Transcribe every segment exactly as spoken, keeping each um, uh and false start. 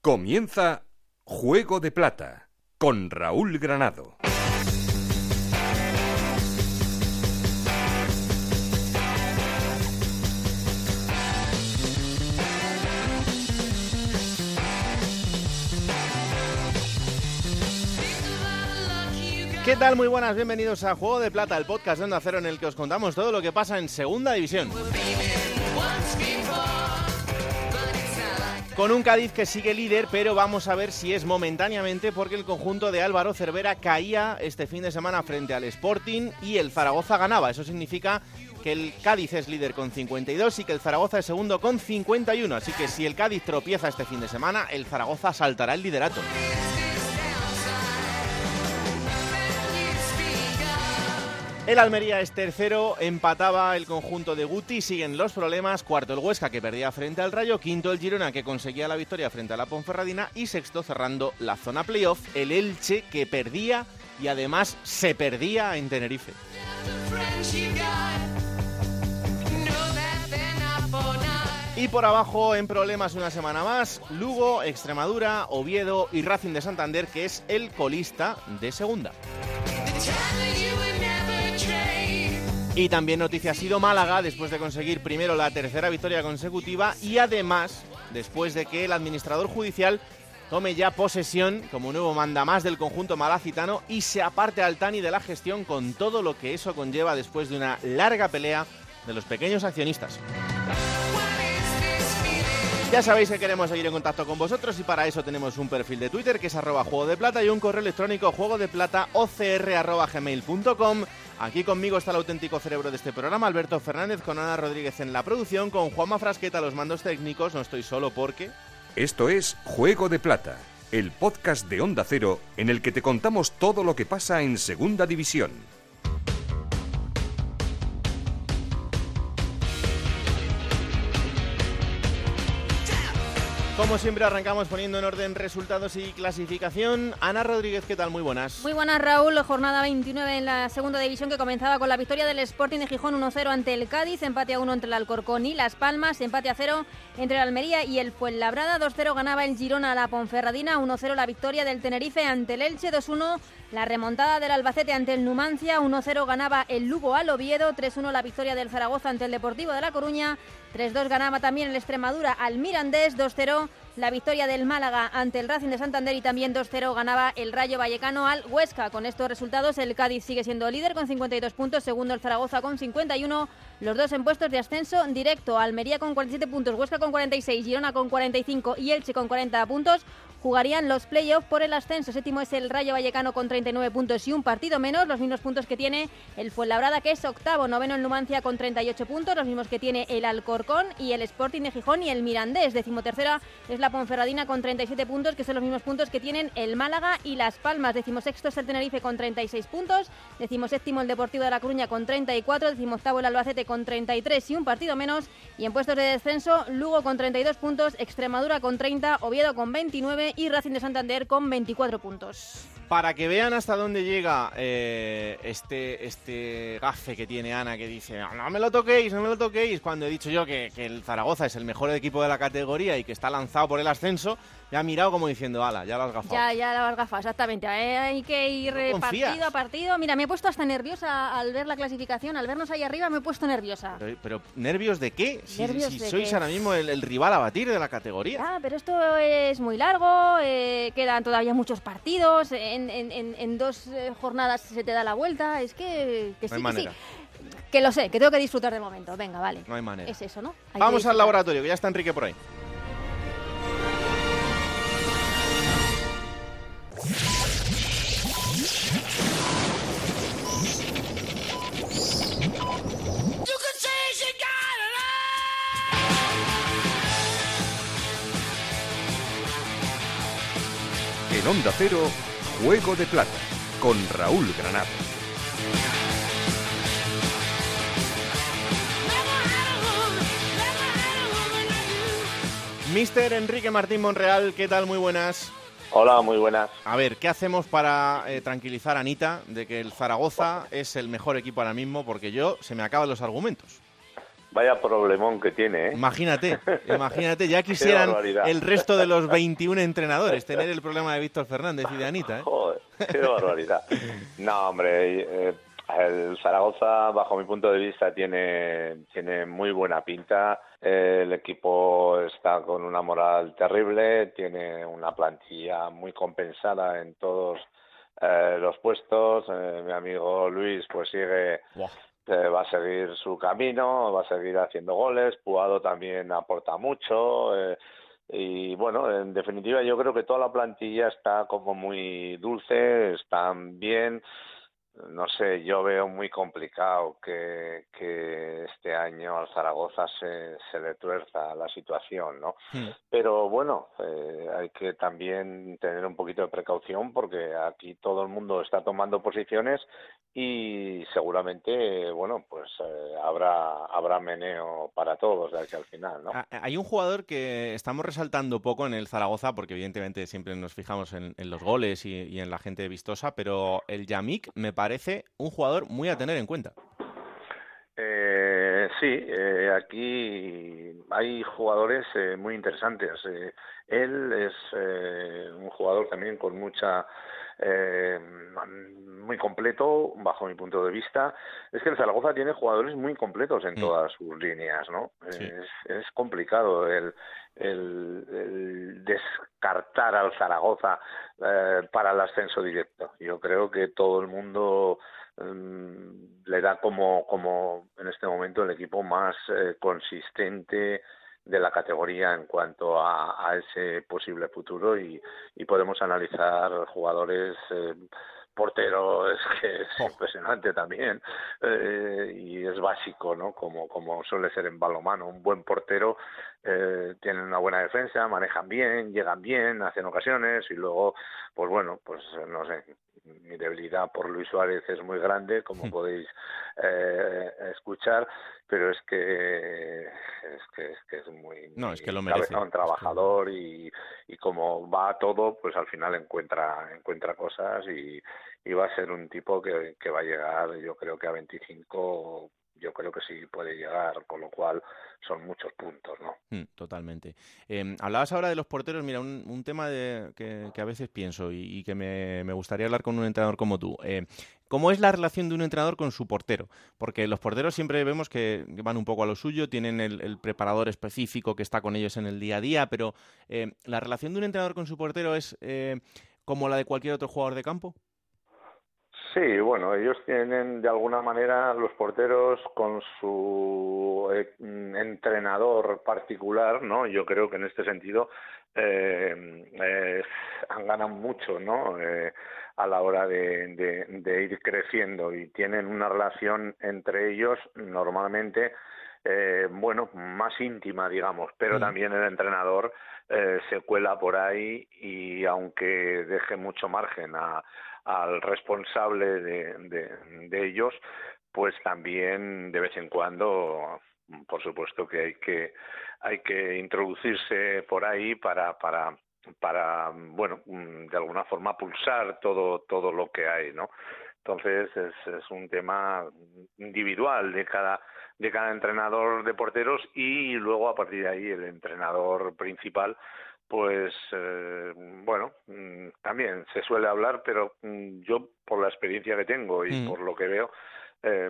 Comienza Juego de Plata con Raúl Granado. ¿Qué tal? Muy buenas, bienvenidos a Juego de Plata, el podcast de Onda Cero en el que os contamos todo lo que pasa en Segunda División. Con un Cádiz que sigue líder, pero vamos a ver si es momentáneamente, porque el conjunto de Álvaro Cervera caía este fin de semana frente al Sporting y el Zaragoza ganaba. Eso significa que el Cádiz es líder con cincuenta y dos y que el Zaragoza es segundo con cincuenta y uno. Así que si el Cádiz tropieza este fin de semana, el Zaragoza saltará el liderato. El Almería es tercero, empataba el conjunto de Guti, siguen los problemas, cuarto el Huesca que perdía frente al Rayo, quinto el Girona que conseguía la victoria frente a la Ponferradina y sexto cerrando la zona playoff, el Elche que perdía y además se perdía en Tenerife. Y por abajo en problemas una semana más, Lugo, Extremadura, Oviedo y Racing de Santander que es el colista de segunda. Y también noticia ha sido Málaga, después de conseguir primero la tercera victoria consecutiva y además, después de que el administrador judicial tome ya posesión como nuevo mandamás del conjunto malacitano y se aparte al Tani de la gestión con todo lo que eso conlleva después de una larga pelea de los pequeños accionistas. Ya sabéis que queremos seguir en contacto con vosotros y para eso tenemos un perfil de Twitter que es arroba juego de plata y un correo electrónico juegodeplataocr arroba gmail punto com. Aquí conmigo está el auténtico cerebro de este programa, Alberto Fernández, con Ana Rodríguez en la producción, con Juanma Frasqueta a los mandos técnicos. No estoy solo porque... Esto es Juego de Plata, el podcast de Onda Cero en el que te contamos todo lo que pasa en Segunda División. Como siempre arrancamos poniendo en orden resultados y clasificación. Ana Rodríguez, ¿qué tal? Muy buenas. Muy buenas, Raúl. Jornada veintinueve en la segunda división que comenzaba con la victoria del Sporting de Gijón uno cero ante el Cádiz, empate a uno entre el Alcorcón y Las Palmas, empate a cero entre el Almería y el Fuenlabrada, dos cero ganaba el Girona a la Ponferradina, uno cero la victoria del Tenerife ante el Elche, dos uno la remontada del Albacete ante el Numancia, uno cero ganaba el Lugo al Oviedo, tres uno la victoria del Zaragoza ante el Deportivo de La Coruña, tres dos ganaba también el Extremadura al Mirandés, dos cero la victoria del Málaga ante el Racing de Santander y también dos cero ganaba el Rayo Vallecano al Huesca. Con estos resultados el Cádiz sigue siendo líder con cincuenta y dos puntos, segundo el Zaragoza con cincuenta y uno, los dos en puestos de ascenso directo, Almería con cuarenta y siete puntos, Huesca con cuarenta y seis, Girona con cuarenta y cinco y Elche con cuarenta puntos. Jugarían los play-offs por el ascenso. Séptimo es el Rayo Vallecano con treinta y nueve puntos y un partido menos, los mismos puntos que tiene el Fuenlabrada, que es octavo. Noveno el Numancia con treinta y ocho puntos, los mismos que tiene el Alcorcón y el Sporting de Gijón y el Mirandés. Decimotercera es la Ponferradina con treinta y siete puntos, que son los mismos puntos que tienen el Málaga y Las Palmas. Decimosexto es el Tenerife con treinta y seis puntos. Decimoséptimo el Deportivo de La Coruña con treinta y cuatro. Decimoctavo el Albacete con treinta y tres y un partido menos. Y en puestos de descenso, Lugo con treinta y dos puntos, Extremadura con treinta, Oviedo con veintinueve y Racing de Santander con veinticuatro puntos. Para que vean hasta dónde llega eh, este, este gafe que tiene Ana, que dice no, no me lo toquéis, no me lo toquéis, cuando he dicho yo que, que el Zaragoza es el mejor equipo de la categoría y que está lanzado por el ascenso, ya ha mirado como diciendo, ala, ya lo has gafado. Ya, ya lo has gafado, exactamente. Eh, hay que ir no partido a partido. Mira, me he puesto hasta nerviosa al ver la clasificación, al vernos ahí arriba me he puesto nerviosa. Pero, pero ¿nervios de qué? Si, ¿Nervios si de sois qué? ahora mismo el, el rival a batir de la categoría. Ah, pero esto es muy largo, eh, quedan todavía muchos partidos, en, en, en, en dos eh, jornadas se te da la vuelta, es que, que No sí, hay que manera. sí. Que lo sé, que tengo que disfrutar del momento. Venga, vale. No hay manera. Es eso, ¿no? Hay Vamos que al disfrutar. laboratorio, que ya está Enrique por ahí. En Onda Cero, Juego de Plata con Raúl Granado. Mister Enrique Martín Monreal, ¿qué tal? Muy buenas. Hola, muy buenas. A ver, ¿qué hacemos para eh, tranquilizar a Anita de que el Zaragoza es el mejor equipo ahora mismo? Porque yo se me acaban los argumentos. Vaya problemón que tiene, ¿eh? Imagínate, imagínate, ya quisieran el resto de los veintiún entrenadores tener el problema de Víctor Fernández y de Anita, ¿eh? Joder, qué barbaridad. No, hombre, eh, el Zaragoza, bajo mi punto de vista, tiene, tiene muy buena pinta. Eh, el equipo está con una moral terrible, tiene una plantilla muy compensada en todos eh, los puestos. Eh, mi amigo Luis pues sigue... Wow. Eh, va a seguir su camino, va a seguir haciendo goles. Puado también aporta mucho. Eh, y bueno, en definitiva yo creo que toda la plantilla está como muy dulce, están bien. No sé, yo veo muy complicado que, que este año al Zaragoza se, se le tuerza la situación, ¿no? Hmm. Pero bueno, eh, hay que también tener un poquito de precaución porque aquí todo el mundo está tomando posiciones y seguramente, bueno, pues eh, habrá habrá meneo para todos de aquí al final, ¿no? Hay un jugador que estamos resaltando poco en el Zaragoza, porque evidentemente siempre nos fijamos en, en los goles y, y en la gente vistosa, pero el Yamik me parece un jugador muy a tener en cuenta. Eh, sí, eh, aquí hay jugadores eh, muy interesantes. Eh, él es eh, un jugador también con mucha... Eh, muy completo bajo mi punto de vista. Es que el Zaragoza tiene jugadores muy completos en mm. todas sus líneas, ¿no? Sí. Es, es complicado el, el, el descartar al Zaragoza eh, para el ascenso directo. Yo creo que todo el mundo eh, le da como, como en este momento el equipo más eh, consistente de la categoría en cuanto a, a ese posible futuro y, y podemos analizar jugadores, eh, portero, es que es oh. impresionante también eh, y es básico, ¿no? Como, como suele ser en balonmano, un buen portero eh, tiene una buena defensa, manejan bien, llegan bien, hacen ocasiones y luego, pues bueno, pues no sé, mi debilidad por Luis Suárez es muy grande, como sí. podéis eh, escuchar, pero es que es que es, que es muy, no, muy es que lo merece. cabezón, trabajador y, y como va a todo, pues al final encuentra encuentra cosas y, y va a ser un tipo que, que va a llegar, yo creo que a veinticinco, yo creo que sí puede llegar, con lo cual son muchos puntos, ¿no? Mm, totalmente. Eh, hablabas ahora de los porteros, mira, un, un tema de, que, que a veces pienso y, y que me, me gustaría hablar con un entrenador como tú. Eh, ¿Cómo es la relación de un entrenador con su portero? Porque los porteros siempre vemos que van un poco a lo suyo, tienen el, el preparador específico que está con ellos en el día a día, pero eh, ¿la relación de un entrenador con su portero es eh, como la de cualquier otro jugador de campo? Sí, bueno, ellos tienen de alguna manera los porteros con su eh, entrenador particular, ¿no? Yo creo que en este sentido eh, eh, han ganado mucho, ¿no? Eh, a la hora de, de, de ir creciendo y tienen una relación entre ellos normalmente eh, bueno, más íntima, digamos, pero mm. también el entrenador eh, se cuela por ahí y aunque deje mucho margen a al responsable de, de, de ellos, pues también de vez en cuando, por supuesto que hay que hay que introducirse por ahí para para para bueno, de alguna forma pulsar todo todo lo que hay, ¿no? Entonces es, es un tema individual de cada de cada entrenador de porteros y luego a partir de ahí el entrenador principal. Pues eh, bueno, también se suele hablar, pero yo por la experiencia que tengo y mm. por lo que veo, eh,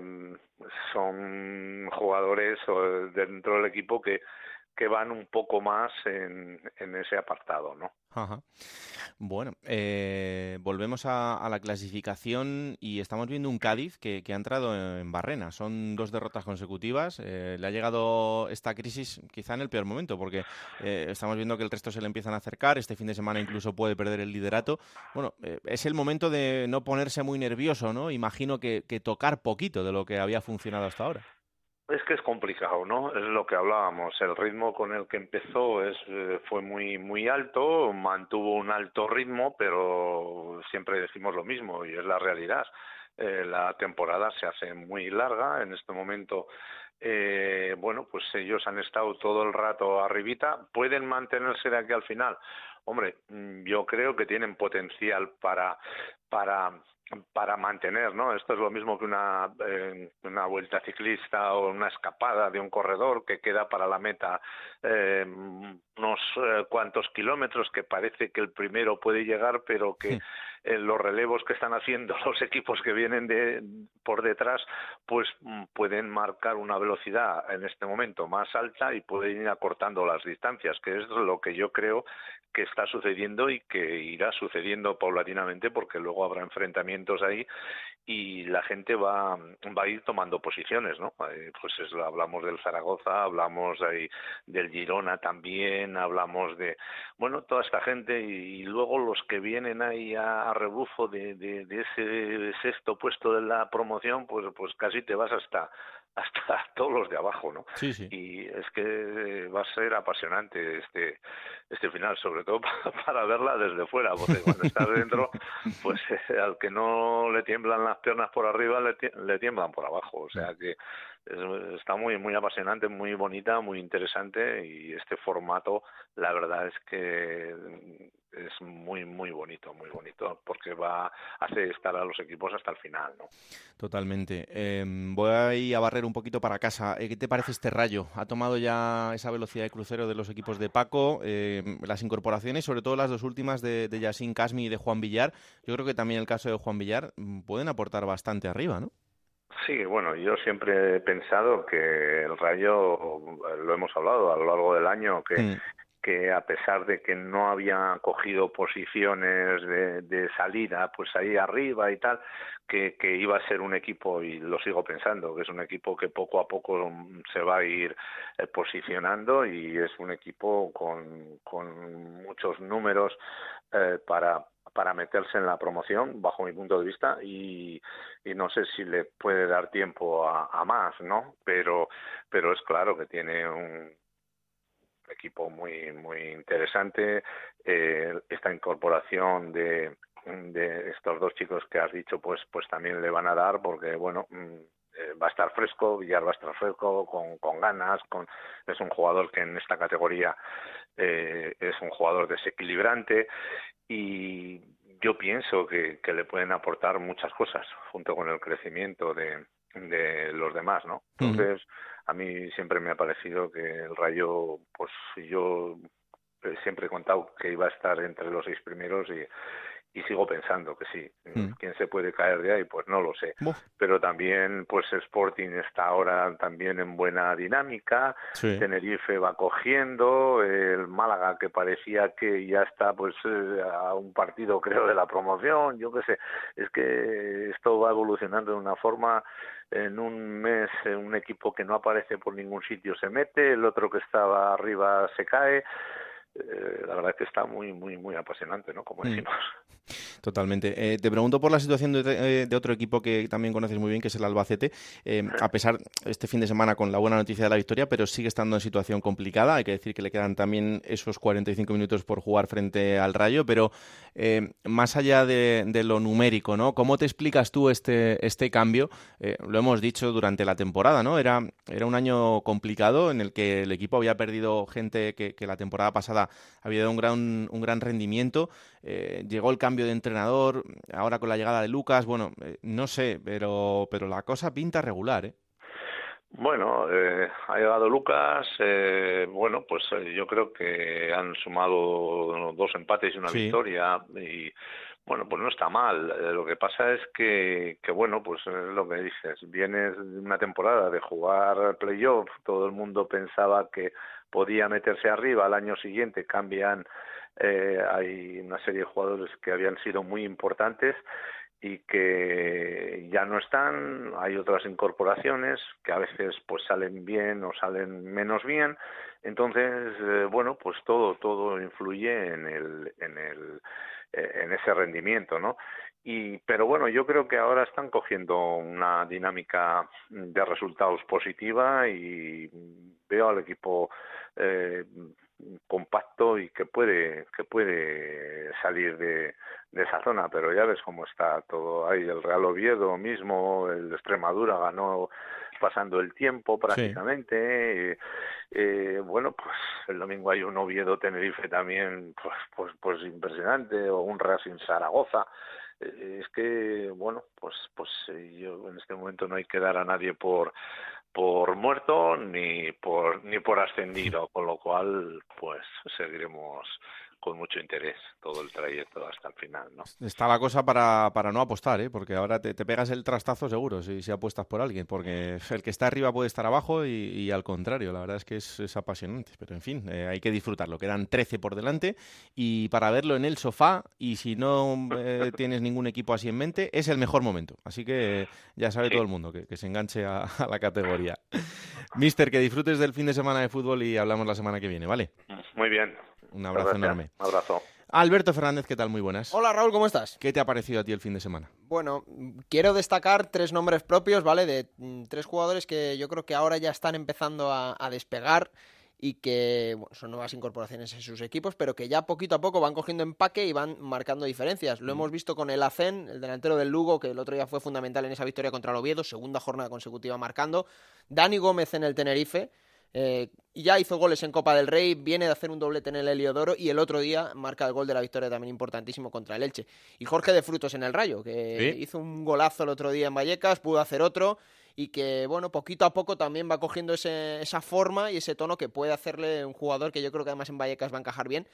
son jugadores dentro del equipo que, que van un poco más en, en ese apartado, ¿no? Ajá. Bueno, eh, volvemos a, a la clasificación y estamos viendo un Cádiz que, que ha entrado en barrena. Son dos derrotas consecutivas. Eh, le ha llegado esta crisis quizá en el peor momento porque eh, estamos viendo que el resto se le empiezan a acercar. Este fin de semana incluso puede perder el liderato. Bueno, eh, es el momento de no ponerse muy nervioso, ¿no? Imagino que, que tocar poquito de lo que había funcionado hasta ahora. Es que es complicado, ¿no? Es lo que hablábamos. El ritmo con el que empezó es eh, fue muy muy alto, mantuvo un alto ritmo, pero siempre decimos lo mismo y es la realidad. Eh, la temporada se hace muy larga. En este momento, eh, bueno, pues ellos han estado todo el rato arribita. ¿Pueden mantenerse de aquí al final? hombre, yo creo que tienen potencial para para para mantener, ¿no? Esto es lo mismo que una eh, una vuelta ciclista o una escapada de un corredor que queda para la meta eh, unos eh, cuantos kilómetros, que parece que el primero puede llegar, pero que eh, los relevos que están haciendo los equipos que vienen de por detrás, pues pueden marcar una velocidad en este momento más alta y pueden ir acortando las distancias, que es lo que yo creo que está sucediendo y que irá sucediendo paulatinamente, porque luego habrá enfrentamientos ahí y la gente va va a ir tomando posiciones, ¿no? Eh, pues es, hablamos del Zaragoza, hablamos ahí del Girona también, hablamos de, bueno, toda esta gente, y, y luego los que vienen ahí a, a rebufo de, de, de ese sexto puesto de la promoción, pues pues casi te vas hasta hasta todos los de abajo, ¿no? Sí, sí. Y es que va a ser apasionante este este final, sobre todo para, para verla desde fuera, porque cuando estás dentro, pues eh, al que no le tiemblan las piernas por arriba, le, le tiemblan por abajo, o sea que es, está muy muy apasionante, muy bonita, muy interesante, y este formato, la verdad es que es muy muy bonito, muy bonito, porque va hace estar a los equipos hasta el final, ¿no? Totalmente. Eh, voy a ir a barrer un poquito para casa. Eh, ¿Qué te parece este Rayo? ¿Ha tomado ya esa velocidad de crucero de los equipos de Paco? Eh, las incorporaciones, sobre todo las dos últimas de, de Yacine Casmi y de Juan Villar. Yo creo que también el caso de Juan Villar pueden aportar bastante arriba, ¿no? Sí, bueno, yo siempre he pensado que el Rayo, lo hemos hablado a lo largo del año, que mm. que a pesar de que no había cogido posiciones de, de salida, pues ahí arriba y tal, que, que iba a ser un equipo, y lo sigo pensando, que es un equipo que poco a poco se va a ir eh, posicionando, y es un equipo con, con muchos números eh, para para meterse en la promoción, bajo mi punto de vista, y, y no sé si le puede dar tiempo a, a más, ¿no? Pero, pero es claro que tiene un equipo muy muy interesante. Eh, esta incorporación de, de estos dos chicos que has dicho, pues pues también le van a dar, porque bueno, eh, va a estar fresco, Villar va a estar fresco, con, con ganas, con es un jugador que en esta categoría eh, es un jugador desequilibrante, y yo pienso que, que le pueden aportar muchas cosas junto con el crecimiento de, de los demás, ¿no? Entonces, a mí siempre me ha parecido que el Rayo, pues yo siempre he contado que iba a estar entre los seis primeros, y, y sigo pensando que sí. Mm. ¿Quién se puede caer de ahí? Pues no lo sé. Uf. Pero también, pues Sporting está ahora también en buena dinámica, sí. Tenerife va cogiendo, el Málaga, que parecía que ya está pues eh, a un partido, creo, de la promoción, yo qué sé. Es que esto va evolucionando de una forma. En un mes un equipo que no aparece por ningún sitio se mete, el otro que estaba arriba se cae. Eh, la verdad es que está muy muy muy apasionante, ¿no? Como decimos. Totalmente. Eh, te pregunto por la situación de, de otro equipo que también conoces muy bien, que es el Albacete. Eh, a pesar, este fin de semana, con la buena noticia de la victoria, pero sigue estando en situación complicada. Hay que decir que le quedan también esos cuarenta y cinco minutos por jugar frente al Rayo, pero eh, más allá de, de lo numérico, ¿no? ¿Cómo te explicas tú este, este cambio? Eh, lo hemos dicho durante la temporada, ¿no? Era, era un año complicado en el que el equipo había perdido gente que, que la temporada pasada había dado un gran, un gran rendimiento. Eh, llegó el cambio de entrenador, ahora con la llegada de Lucas, bueno, eh, no sé, pero pero la cosa pinta regular, ¿eh? Bueno, eh, ha llegado Lucas, eh, bueno, pues eh, yo creo que han sumado dos empates y una sí. victoria, y bueno, pues no está mal. Eh, lo que pasa es que, que bueno, pues es lo que dices, vienes de una temporada de jugar playoff, todo el mundo pensaba que podía meterse arriba, al año siguiente cambian. Eh, hay una serie de jugadores que habían sido muy importantes y que ya no están, hay otras incorporaciones que a veces pues salen bien o salen menos bien, entonces eh, bueno, pues todo todo influye en el en el eh, en ese rendimiento, ¿no? Y pero bueno, yo creo que ahora están cogiendo una dinámica de resultados positiva, y veo al equipo eh, compacto y que puede que puede salir de, de esa zona, pero ya ves cómo está todo ahí. El Real Oviedo mismo, el Extremadura ganó pasando el tiempo prácticamente. Sí. Eh, bueno, pues el domingo hay un Oviedo Tenerife también, pues, pues, pues impresionante, o un Racing Zaragoza. Eh, es que, bueno, pues, pues eh, yo en este momento no hay que dar a nadie por por muerto ni por ni por ascendido, con lo cual pues seguiremos con mucho interés todo el trayecto hasta el final, ¿no? Está la cosa para, para no apostar, ¿eh? Porque ahora te, te pegas el trastazo seguro si, si apuestas por alguien, porque el que está arriba puede estar abajo y, y al contrario, la verdad es que es, es apasionante, pero en fin, eh, hay que disfrutarlo, quedan trece por delante y para verlo en el sofá, y si no eh, tienes ningún equipo así en mente, es el mejor momento, así que eh, ya sabe sí. todo el mundo que, que se enganche a, a la categoría. Mister, que disfrutes del fin de semana de fútbol y hablamos la semana que viene, ¿vale? Muy bien. Un abrazo Gracias. enorme. Un abrazo. Alberto Fernández, ¿qué tal? Muy buenas. Hola Raúl, ¿cómo estás? ¿Qué te ha parecido a ti el fin de semana? Bueno, quiero destacar tres nombres propios, ¿vale? De mm, tres jugadores que yo creo que ahora ya están empezando a, a despegar y que bueno, son nuevas incorporaciones en sus equipos, pero que ya poquito a poco van cogiendo empaque y van marcando diferencias. Lo mm. hemos visto con el Acén, el delantero del Lugo, que el otro día fue fundamental en esa victoria contra el Oviedo, segunda jornada consecutiva marcando. Dani Gómez en el Tenerife. Eh, ya hizo goles en Copa del Rey, viene de hacer un doblete en el Heliodoro y el otro día marca el gol de la victoria también importantísimo contra el Elche. Y Jorge de Frutos en el Rayo, que ¿sí? hizo un golazo el otro día en Vallecas, pudo hacer otro y que, bueno, poquito a poco también va cogiendo ese, esa forma y ese tono que puede hacerle un jugador que yo creo que además en Vallecas va a encajar bien.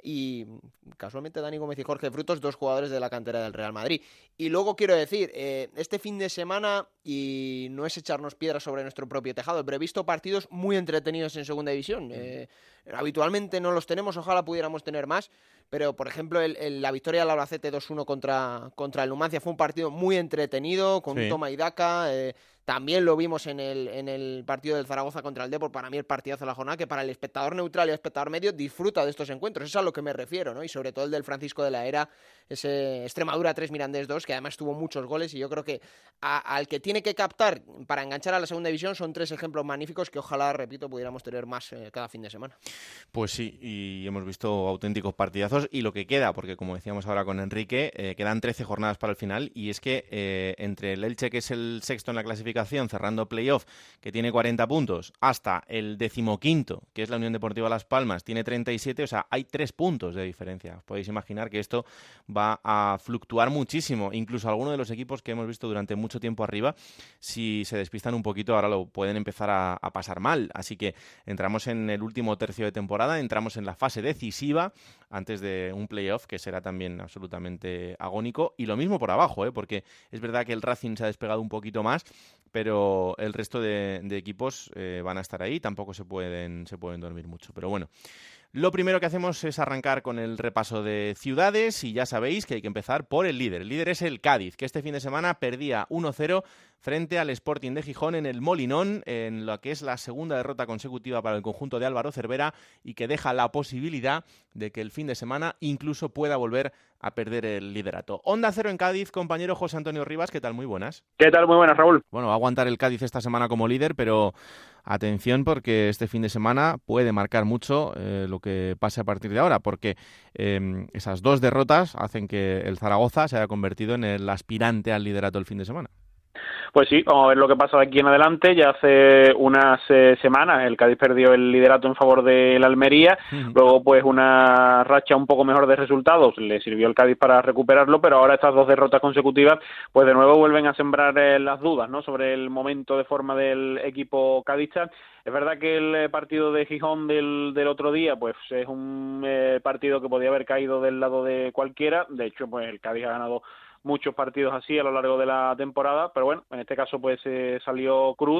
Y casualmente Dani Gómez y Jorge Frutos, dos jugadores de la cantera del Real Madrid. Y luego quiero decir, eh, este fin de semana, y no es echarnos piedras sobre nuestro propio tejado, pero he visto partidos muy entretenidos en segunda división. Eh, habitualmente no los tenemos, ojalá pudiéramos tener más, pero por ejemplo el, el, la victoria del Albacete dos uno contra, contra el Numancia fue un partido muy entretenido, con sí. un toma y daca. Eh, también lo vimos en el, en el partido del Zaragoza contra el Depor, para mí el partidazo de la jornada, que para el espectador neutral y el espectador medio disfruta de estos encuentros, es a lo que me refiero, ¿no? Y sobre todo el del Francisco de la Era, ese Extremadura tres Mirandés dos, que además tuvo muchos goles, y yo creo que a, al que tiene que captar para enganchar a la segunda división son tres ejemplos magníficos que ojalá, repito, pudiéramos tener más eh, cada fin de semana. Pues sí, y hemos visto auténticos partidazos, y lo que queda, porque como decíamos ahora con Enrique, eh, quedan trece jornadas para el final, y es que eh, entre el Elche, que es el sexto en la clasificación, cerrando playoff, que tiene cuarenta puntos, hasta el decimoquinto, que es la Unión Deportiva Las Palmas, tiene treinta y siete, o sea, hay tres puntos de diferencia. Os podéis imaginar que esto va a fluctuar muchísimo, incluso algunos de los equipos que hemos visto durante mucho tiempo arriba, si se despistan un poquito, ahora lo pueden empezar a, a pasar mal. Así que entramos en el último tercio de temporada, entramos en la fase decisiva, antes de un playoff que será también absolutamente agónico, y lo mismo por abajo, ¿eh? Porque es verdad que el Racing se ha despegado un poquito más, pero el resto de, de equipos eh, van a estar ahí, tampoco se pueden, se pueden dormir mucho. Pero bueno, lo primero que hacemos es arrancar con el repaso de ciudades, y ya sabéis que hay que empezar por el líder. El líder es el Cádiz, que este fin de semana perdía uno cero frente al Sporting de Gijón en el Molinón, en lo que es la segunda derrota consecutiva para el conjunto de Álvaro Cervera, y que deja la posibilidad de que el fin de semana incluso pueda volver a perder el liderato. Onda Cero en Cádiz, compañero José Antonio Rivas, ¿qué tal? Muy buenas. ¿Qué tal? Muy buenas, Raúl. Bueno, va a aguantar el Cádiz esta semana como líder, pero atención, porque este fin de semana puede marcar mucho eh, lo que pase a partir de ahora, porque eh, esas dos derrotas hacen que el Zaragoza se haya convertido en el aspirante al liderato el fin de semana. Pues sí, vamos a ver lo que pasa de aquí en adelante. Ya hace unas eh, semanas el Cádiz perdió el liderato en favor del Almería, uh-huh. Luego pues una racha un poco mejor de resultados le sirvió al Cádiz para recuperarlo, pero ahora estas dos derrotas consecutivas pues de nuevo vuelven a sembrar eh, las dudas, ¿no?, sobre el momento de forma del equipo cadista. Es verdad que el partido de Gijón del, del otro día pues es un eh, partido que podía haber caído del lado de cualquiera. De hecho, pues el Cádiz ha ganado muchos partidos así a lo largo de la temporada, pero bueno, en este caso pues eh, salió Cruz,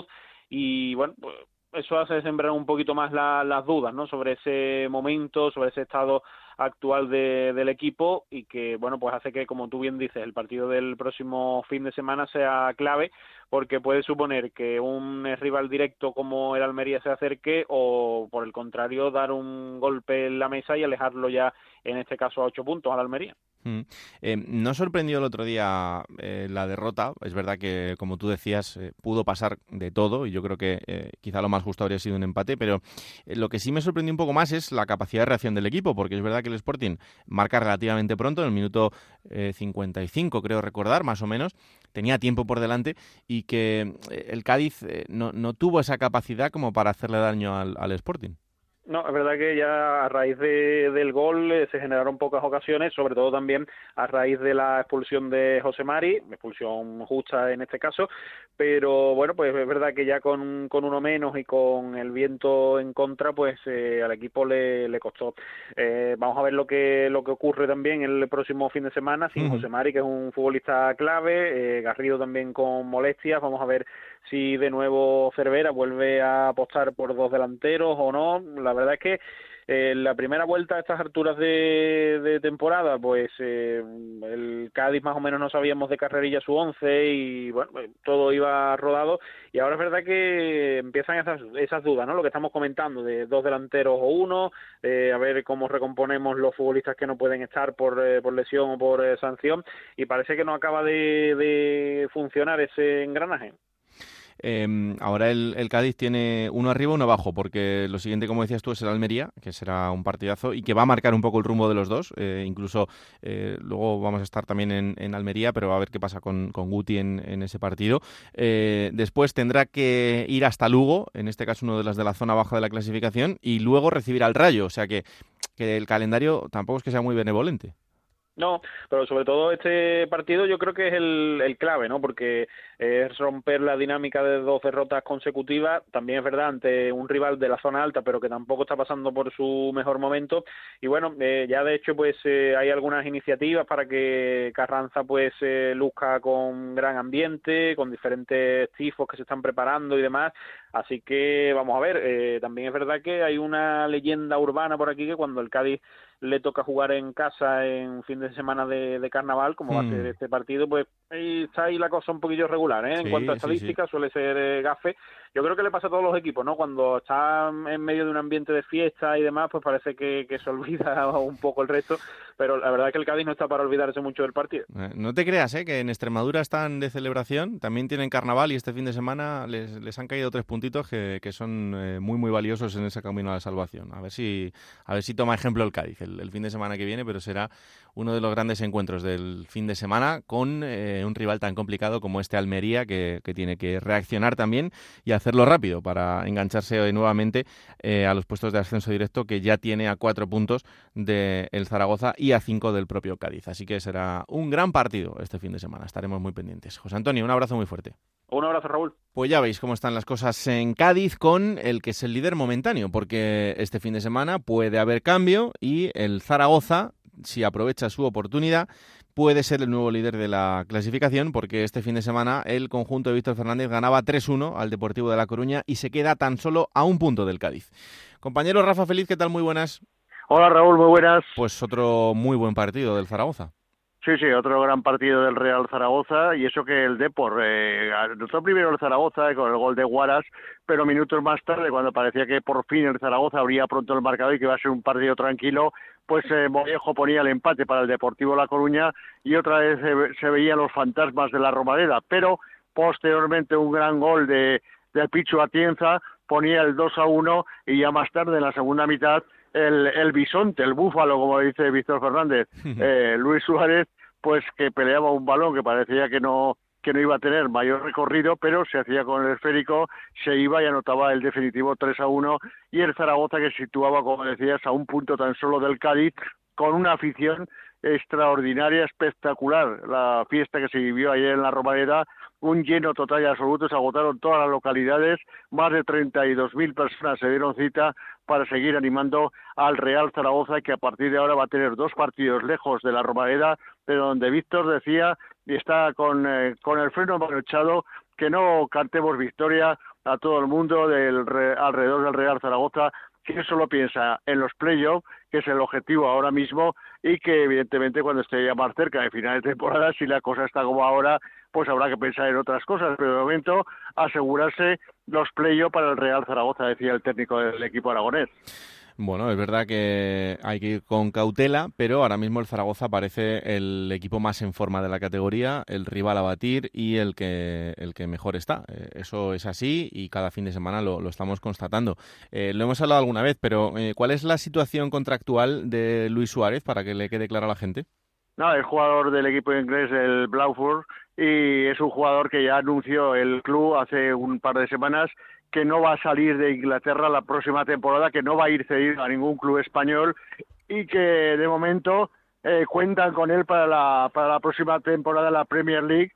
y bueno, pues eso hace sembrar un poquito más la, las dudas, ¿no?, sobre ese momento, sobre ese estado actual de, del equipo, y que bueno, pues hace que, como tú bien dices, el partido del próximo fin de semana sea clave, porque puede suponer que un rival directo como el Almería se acerque, o por el contrario dar un golpe en la mesa y alejarlo ya, en este caso a ocho puntos, al Almería. Mm. Eh, ¿No sorprendió el otro día eh, la derrota? Es verdad que, como tú decías, eh, pudo pasar de todo y yo creo que eh, quizá lo más justo habría sido un empate, pero eh, lo que sí me sorprendió un poco más es la capacidad de reacción del equipo, porque es verdad que el Sporting marca relativamente pronto, en el minuto eh, cincuenta y cinco, creo recordar, más o menos, tenía tiempo por delante y que eh, el Cádiz eh, no, no tuvo esa capacidad como para hacerle daño al, al Sporting. No, es verdad que ya a raíz de, del gol eh, se generaron pocas ocasiones, sobre todo también a raíz de la expulsión de José Mari, expulsión justa en este caso, pero bueno, pues es verdad que ya con, con uno menos y con el viento en contra, pues eh, al equipo le, le costó. Eh, vamos a ver lo que lo que ocurre también el próximo fin de semana sin uh-huh. José Mari, que es un futbolista clave, eh, Garrido también con molestias, vamos a ver si de nuevo Cervera vuelve a apostar por dos delanteros o no. La verdad es que eh, la primera vuelta a estas alturas de, de temporada, pues eh, el Cádiz más o menos no sabíamos de carrerilla su once y bueno, todo iba rodado y ahora es verdad que empiezan esas, esas dudas, ¿no? Lo que estamos comentando de dos delanteros o uno, eh, a ver cómo recomponemos los futbolistas que no pueden estar por, eh, por lesión o por eh, sanción y parece que no acaba de, de funcionar ese engranaje. Eh, ahora el, el Cádiz tiene uno arriba, uno abajo, porque lo siguiente, como decías tú, es el Almería, que será un partidazo y que va a marcar un poco el rumbo de los dos. Eh, incluso eh, luego vamos a estar también en, en Almería, pero a ver qué pasa con, con Guti en, en ese partido. Eh, después tendrá que ir hasta Lugo, en este caso uno de las de la zona baja de la clasificación, y luego recibir al Rayo. O sea que, que el calendario tampoco es que sea muy benevolente. No, pero sobre todo este partido yo creo que es el, el clave, ¿no? Porque es romper la dinámica de dos derrotas consecutivas, también es verdad, ante un rival de la zona alta, pero que tampoco está pasando por su mejor momento. Y bueno, eh, ya de hecho pues eh, hay algunas iniciativas para que Carranza pues eh, luzca con gran ambiente, con diferentes tifos que se están preparando y demás. Así que vamos a ver, eh, también es verdad que hay una leyenda urbana por aquí que cuando el Cádiz le toca jugar en casa en fin de semana de, de carnaval, como hmm. va a ser este partido, pues ahí está ahí la cosa un poquillo regular, ¿eh? En sí, cuanto a estadísticas, sí, sí. suele ser eh, gafe. Yo creo que le pasa a todos los equipos, ¿no? Cuando está en medio de un ambiente de fiesta y demás, pues parece que, que se olvida un poco el resto, pero la verdad es que el Cádiz no está para olvidarse mucho del partido. Eh, no te creas, ¿eh? Que en Extremadura están de celebración, también tienen carnaval y este fin de semana les, les han caído tres puntitos que, que son eh, muy muy valiosos en ese camino a la salvación. A ver si, a ver si toma ejemplo el Cádiz el, el fin de semana que viene, pero será uno de los grandes encuentros del fin de semana con eh, un rival tan complicado como este Almería, que, que tiene que reaccionar también y hacerlo rápido para engancharse nuevamente eh, a los puestos de ascenso directo, que ya tiene a cuatro puntos del Zaragoza y a cinco del propio Cádiz. Así que será un gran partido este fin de semana. Estaremos muy pendientes. José Antonio, un abrazo muy fuerte. Un abrazo, Raúl. Pues ya veis cómo están las cosas en Cádiz con el que es el líder momentáneo, porque este fin de semana puede haber cambio y el Zaragoza, si aprovecha su oportunidad, puede ser el nuevo líder de la clasificación, porque este fin de semana el conjunto de Víctor Fernández ganaba tres uno al Deportivo de La Coruña y se queda tan solo a un punto del Cádiz. Compañero Rafa Feliz, ¿qué tal? Muy buenas. Hola, Raúl, muy buenas. Pues otro muy buen partido del Zaragoza. Sí, sí, otro gran partido del Real Zaragoza, y eso que el Depor eh, anotó primero el Zaragoza eh, con el gol de Guaras, pero minutos más tarde, cuando parecía que por fin el Zaragoza abría pronto el marcador y que iba a ser un partido tranquilo, pues eh, Mollejo ponía el empate para el Deportivo La Coruña y otra vez eh, se veían los fantasmas de la Romareda, pero posteriormente un gran gol de, de Pichu Atienza ponía el dos a uno y ya más tarde en la segunda mitad el, el bisonte, el búfalo, como dice Víctor Fernández, eh, Luis Suárez, pues que peleaba un balón que parecía que no que no iba a tener mayor recorrido, pero se hacía con el esférico, se iba y anotaba el definitivo tres a uno, y el Zaragoza que se situaba, como decías, a un punto tan solo del Cádiz, con una afición extraordinaria, espectacular, la fiesta que se vivió ayer en la Romareda, un lleno total y absoluto, se agotaron todas las localidades, más de treinta y dos mil personas se dieron cita para seguir animando al Real Zaragoza, que a partir de ahora va a tener dos partidos lejos de la Romareda, pero donde Víctor decía, y está con, eh, con el freno echado, que no cantemos victoria a todo el mundo del alrededor del Real Zaragoza, que solo piensa en los playoffs, que es el objetivo ahora mismo, y que evidentemente cuando esté ya más cerca de final de temporada, si la cosa está como ahora, pues habrá que pensar en otras cosas, pero de momento asegurarse los playoffs para el Real Zaragoza, decía el técnico del equipo aragonés. Bueno, es verdad que hay que ir con cautela, pero ahora mismo el Zaragoza parece el equipo más en forma de la categoría, el rival a batir y el que el que mejor está. Eh, eso es así y cada fin de semana lo, lo estamos constatando. Eh, lo hemos hablado alguna vez, pero eh, ¿cuál es la situación contractual de Luis Suárez para que le quede claro a la gente? No, es jugador del equipo inglés, el Blaufur, y es un jugador que ya anunció el club hace un par de semanas que no va a salir de Inglaterra la próxima temporada, que no va a ir cedido a ningún club español y que de momento eh, cuentan con él para la, para la próxima temporada de la Premier League.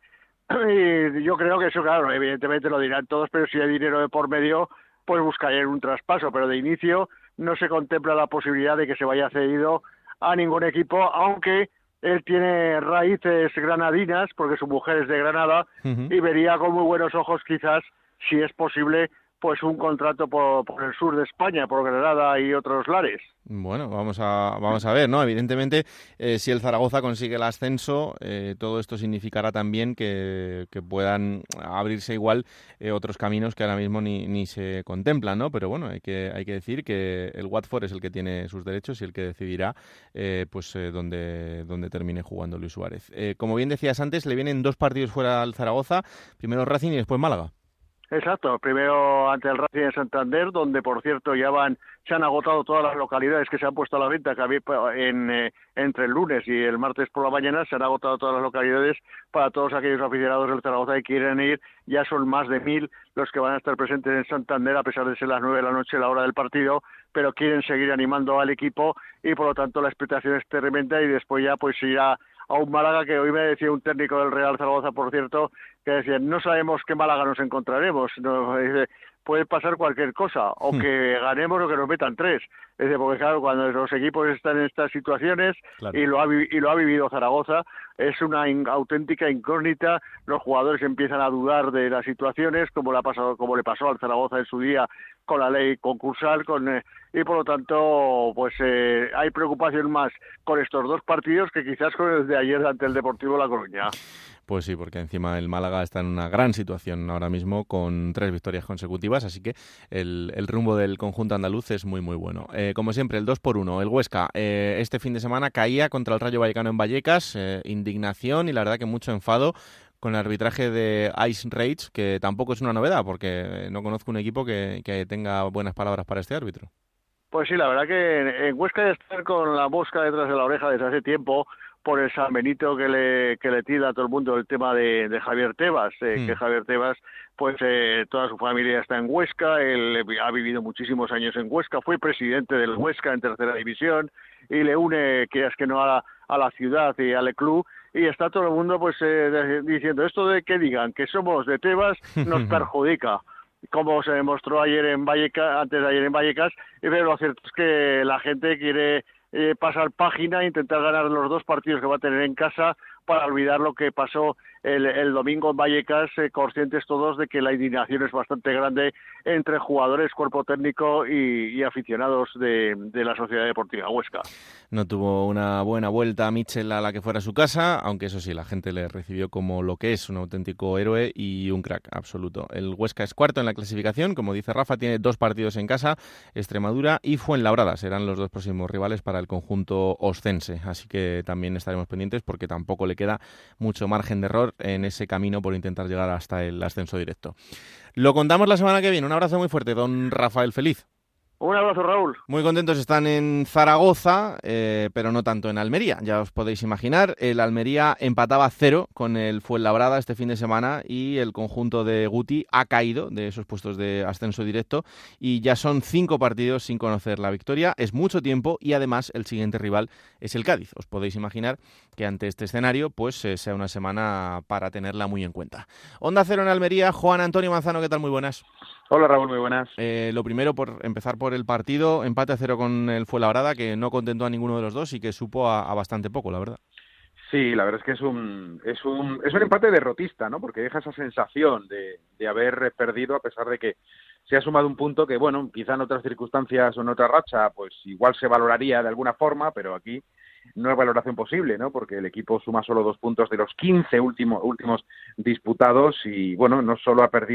Y yo creo que eso, claro, evidentemente lo dirán todos, pero si hay dinero de por medio, pues buscarían un traspaso, pero de inicio no se contempla la posibilidad de que se vaya cedido a ningún equipo, aunque él tiene raíces granadinas, porque su mujer es de Granada, uh-huh. y vería con muy buenos ojos quizás, si es posible, pues un contrato por, por el sur de España, por Granada y otros lares. Bueno, vamos a vamos a ver, ¿no? Evidentemente, eh, si el Zaragoza consigue el ascenso, eh, todo esto significará también que, que puedan abrirse igual eh, otros caminos que ahora mismo ni, ni se contemplan, ¿no? Pero bueno, hay que hay que decir que el Watford es el que tiene sus derechos y el que decidirá eh, pues eh, dónde, dónde termine jugando Luis Suárez. Eh, como bien decías antes, le vienen dos partidos fuera al Zaragoza, primero Racing y después Málaga. Exacto, primero ante el Racing de Santander, donde por cierto ya van, se han agotado todas las localidades que se han puesto a la venta, que había en, eh, entre el lunes y el martes por la mañana se han agotado todas las localidades para todos aquellos aficionados del Zaragoza que quieren ir. Ya son más de mil los que van a estar presentes en Santander, a pesar de ser las nueve de la noche la hora del partido, pero quieren seguir animando al equipo y por lo tanto la expectación es tremenda y después ya pues irá a un Málaga que hoy me decía un técnico del Real Zaragoza, por cierto, que decía, no sabemos qué Málaga nos encontraremos, no, dice, puede pasar cualquier cosa, o que ganemos o que nos metan tres. Es decir, porque claro, cuando los equipos están en estas situaciones, claro. y, lo ha, y lo ha vivido Zaragoza, es una in, auténtica incógnita, los jugadores empiezan a dudar de las situaciones, como le, ha pasado, como le pasó al Zaragoza en su día con la ley concursal, con eh, y por lo tanto pues eh, hay preocupación más con estos dos partidos que quizás con el de ayer ante el Deportivo La Coruña. Pues sí, porque encima el Málaga está en una gran situación ahora mismo con tres victorias consecutivas, así que el, el rumbo del conjunto andaluz es muy muy bueno. Eh, como siempre, el dos por uno, el Huesca eh, este fin de semana caía contra el Rayo Vallecano en Vallecas, eh, indignación y la verdad que mucho enfado con el arbitraje de Ice Rage, que tampoco es una novedad, porque no conozco un equipo que, que tenga buenas palabras para este árbitro. Pues sí, la verdad que en, en Huesca ya están con la mosca detrás de la oreja desde hace tiempo por el San Benito que le, que le tira a todo el mundo el tema de, de Javier Tebas, eh, mm. que Javier Tebas, pues eh, toda su familia está en Huesca, él ha vivido muchísimos años en Huesca, fue presidente del Huesca en tercera división y le une, quieras que no, a la, a la ciudad y al club, y está todo el mundo pues eh, diciendo esto de que digan que somos de Tebas nos perjudica, como se demostró ayer en Vallecas, antes de ayer en Vallecas, pero lo cierto es que la gente quiere eh, pasar página e intentar ganar los dos partidos que va a tener en casa para olvidar lo que pasó el, el domingo en Vallecas, eh, conscientes todos de que la indignación es bastante grande entre jugadores, cuerpo técnico y, y aficionados de, de la Sociedad Deportiva Huesca. No tuvo una buena vuelta a Mitchell a la que fuera a su casa, aunque eso sí, la gente le recibió como lo que es, un auténtico héroe y un crack absoluto. El Huesca es cuarto en la clasificación, como dice Rafa, tiene dos partidos en casa, Extremadura y Fuenlabrada serán los dos próximos rivales para el conjunto oscense, así que también estaremos pendientes porque tampoco le queda mucho margen de error en ese camino por intentar llegar hasta el ascenso directo. Lo contamos la semana que viene. Un abrazo muy fuerte, don Rafael Feliz. Un abrazo, Raúl. Muy contentos están en Zaragoza, eh, pero no tanto en Almería. Ya os podéis imaginar, el Almería empataba cero con el Fuenlabrada este fin de semana y el conjunto de Guti ha caído de esos puestos de ascenso directo y ya son cinco partidos sin conocer la victoria. Es mucho tiempo y además el siguiente rival es el Cádiz. Os podéis imaginar que ante este escenario pues eh, sea una semana para tenerla muy en cuenta. Onda Cero en Almería, Juan Antonio Manzano, ¿qué tal? Muy buenas. Hola Raúl, muy buenas. Eh, lo primero, por empezar por el partido, empate a cero con el Fuenlabrada, que no contentó a ninguno de los dos y que supo a, a bastante poco, la verdad. Sí, la verdad es que es un es un es un empate derrotista, ¿no? Porque deja esa sensación de, de haber perdido a pesar de que se ha sumado un punto que, bueno, quizá en otras circunstancias o en otra racha, pues igual se valoraría de alguna forma, pero aquí no es valoración posible, ¿no? Porque el equipo suma solo dos puntos de los quince últimos últimos disputados y, bueno, no solo ha perdido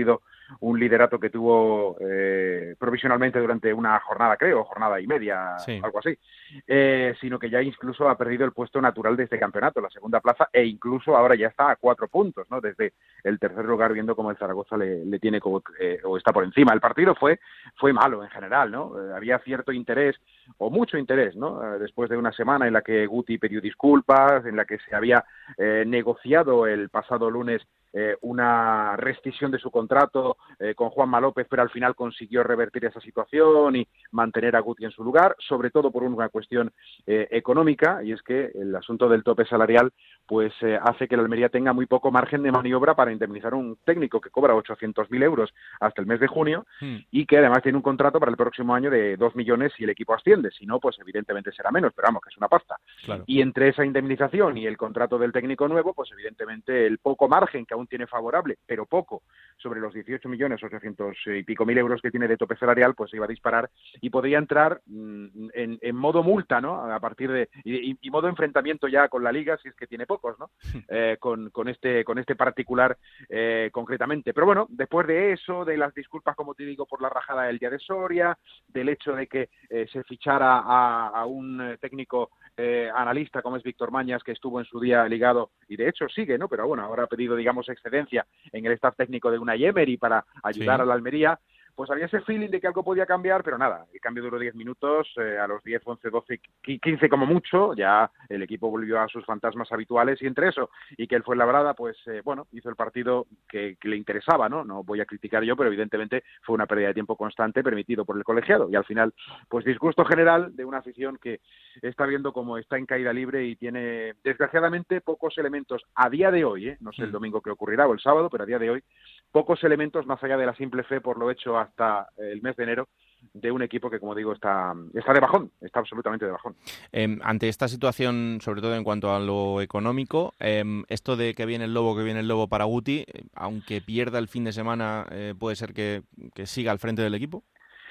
un liderato que tuvo eh, provisionalmente durante una jornada, creo, jornada y media, sí. algo así, eh, sino que ya incluso ha perdido el puesto natural de este campeonato, la segunda plaza, e incluso ahora ya está a cuatro puntos, ¿no? Desde el tercer lugar, viendo cómo el Zaragoza le, le tiene como, eh, o está por encima. El partido fue fue malo en general, ¿no? Eh, había cierto interés, o mucho interés, ¿no? Eh, después de una semana en la que Guti pidió disculpas, en la que se había eh, negociado el pasado lunes Eh, una rescisión de su contrato eh, con Juanma López, pero al final consiguió revertir esa situación y mantener a Guti en su lugar, sobre todo por una cuestión eh, económica, y es que el asunto del tope salarial pues eh, hace que la Almería tenga muy poco margen de maniobra para indemnizar a un técnico que cobra ochocientos mil euros hasta el mes de junio mm. y que además tiene un contrato para el próximo año de dos millones si el equipo asciende, si no, pues evidentemente será menos, pero vamos, que es una pasta. Claro. Y entre esa indemnización y el contrato del técnico nuevo, pues evidentemente el poco margen que aún tiene favorable, pero poco, sobre los dieciocho millones ochocientos y pico mil euros que tiene de tope salarial, pues se iba a disparar y podría entrar mm, en, en modo multa, ¿no? A partir de y, y modo enfrentamiento ya con la Liga, si es que tiene pocos, ¿no? Eh, con, con este con este particular eh, concretamente. Pero bueno, después de eso, de las disculpas, como te digo, por la rajada del día de Soria, del hecho de que eh, se fichara a, a un técnico eh, analista como es Víctor Mañas, que estuvo en su día ligado y de hecho sigue, ¿no? Pero bueno, ahora ha pedido, digamos, excedencia en el staff técnico de Unai Emery para ayudar sí. a la Almería, pues había ese feeling de que algo podía cambiar, pero nada, el cambio duró diez minutos, eh, a los diez, once, doce, quince como mucho, ya el equipo volvió a sus fantasmas habituales, y entre eso y que el Fuenlabrada, pues eh, bueno, hizo el partido que, que le interesaba, ¿no? No voy a criticar yo, pero evidentemente fue una pérdida de tiempo constante permitido por el colegiado, y al final, pues disgusto general de una afición que está viendo cómo está en caída libre y tiene, desgraciadamente, pocos elementos a día de hoy, ¿eh? No sé el domingo qué ocurrirá o el sábado, pero a día de hoy, pocos elementos más allá de la simple fe por lo hecho hasta el mes de enero de un equipo que, como digo, está, está de bajón, está absolutamente de bajón. Eh, ante esta situación, sobre todo en cuanto a lo económico, eh, esto de que viene el lobo, que viene el lobo para Guti, eh, aunque pierda el fin de semana, eh, ¿puede ser que, que siga al frente del equipo?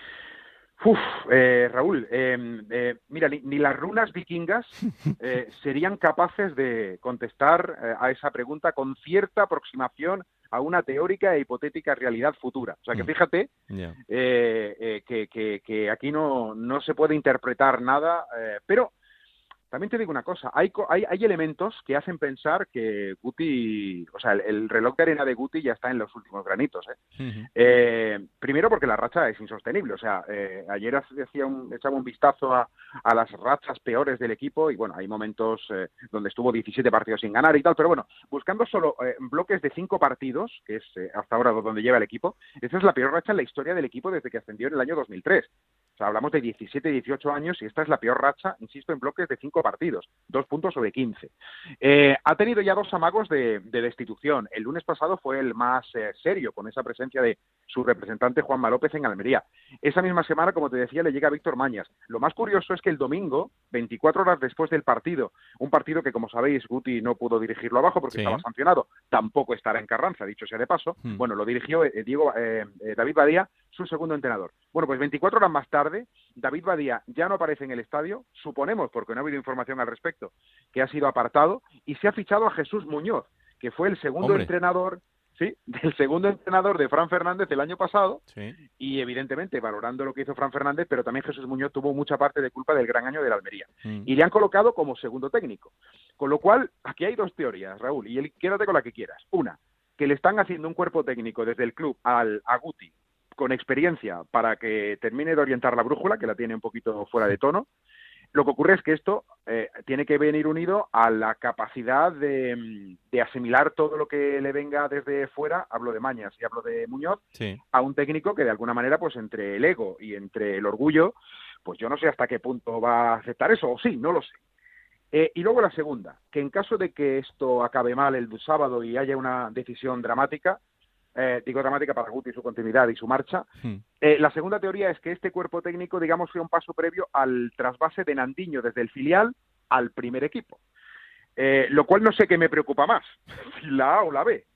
Uf, eh, Raúl, eh, eh, mira, ni, ni las runas vikingas eh, serían capaces de contestar eh, a esa pregunta con cierta aproximación a una teórica e hipotética realidad futura. O sea, que fíjate yeah. eh, eh, que, que, que aquí no, no se puede interpretar nada, eh, pero también te digo una cosa, hay, hay, hay elementos que hacen pensar que Guti, o sea, el, el reloj de arena de Guti ya está en los últimos granitos. ¿eh? Uh-huh. Eh, primero porque la racha es insostenible, o sea, eh, ayer hacía un, echaba un vistazo a, a las rachas peores del equipo y bueno, hay momentos eh, donde estuvo diecisiete partidos sin ganar y tal, pero bueno, buscando solo eh, bloques de cinco partidos, que es eh, hasta ahora donde lleva el equipo, esa es la peor racha en la historia del equipo desde que ascendió en el año dos mil tres. O sea, hablamos de diecisiete, dieciocho años y esta es la peor racha, insisto, en bloques de cinco partidos, dos puntos sobre quince. Eh, ha tenido ya dos amagos de, de destitución. El lunes pasado fue el más eh, serio, con esa presencia de su representante Juanma López en Almería. Esa misma semana, como te decía, le llega Víctor Mañas. Lo más curioso es que el domingo, veinticuatro horas después del partido, un partido que, como sabéis, Guti no pudo dirigirlo abajo porque sí. estaba sancionado, tampoco estará en Carranza, dicho sea de paso, hmm. bueno, lo dirigió eh, Diego eh, eh, David Badía, su segundo entrenador. Bueno, pues veinticuatro horas más tarde, David Badía ya no aparece en el estadio, suponemos, porque no ha habido información al respecto, que ha sido apartado, y se ha fichado a Jesús Muñoz, que fue el segundo Hombre. entrenador, sí, del segundo entrenador de Fran Fernández el año pasado, sí. y evidentemente valorando lo que hizo Fran Fernández, pero también Jesús Muñoz tuvo mucha parte de culpa del gran año de la Almería. Mm. Y le han colocado como segundo técnico. Con lo cual, aquí hay dos teorías, Raúl, y él, quédate con la que quieras. Una, que le están haciendo un cuerpo técnico desde el club al a Guti, con experiencia para que termine de orientar la brújula, que la tiene un poquito fuera de tono. Lo que ocurre es que esto eh, tiene que venir unido a la capacidad de, de asimilar todo lo que le venga desde fuera, hablo de Mañas y hablo de Muñoz, sí. a un técnico que de alguna manera, pues entre el ego y entre el orgullo, pues yo no sé hasta qué punto va a aceptar eso, o sí, no lo sé. Eh, y luego la segunda, que en caso de que esto acabe mal el sábado y haya una decisión dramática, Eh, digo dramática para Guti, su continuidad y su marcha. Hmm. Eh, la segunda teoría es que este cuerpo técnico, digamos, fue un paso previo al trasvase de Nandiño desde el filial al primer equipo. Eh, lo cual no sé qué me preocupa más, si la A o la B.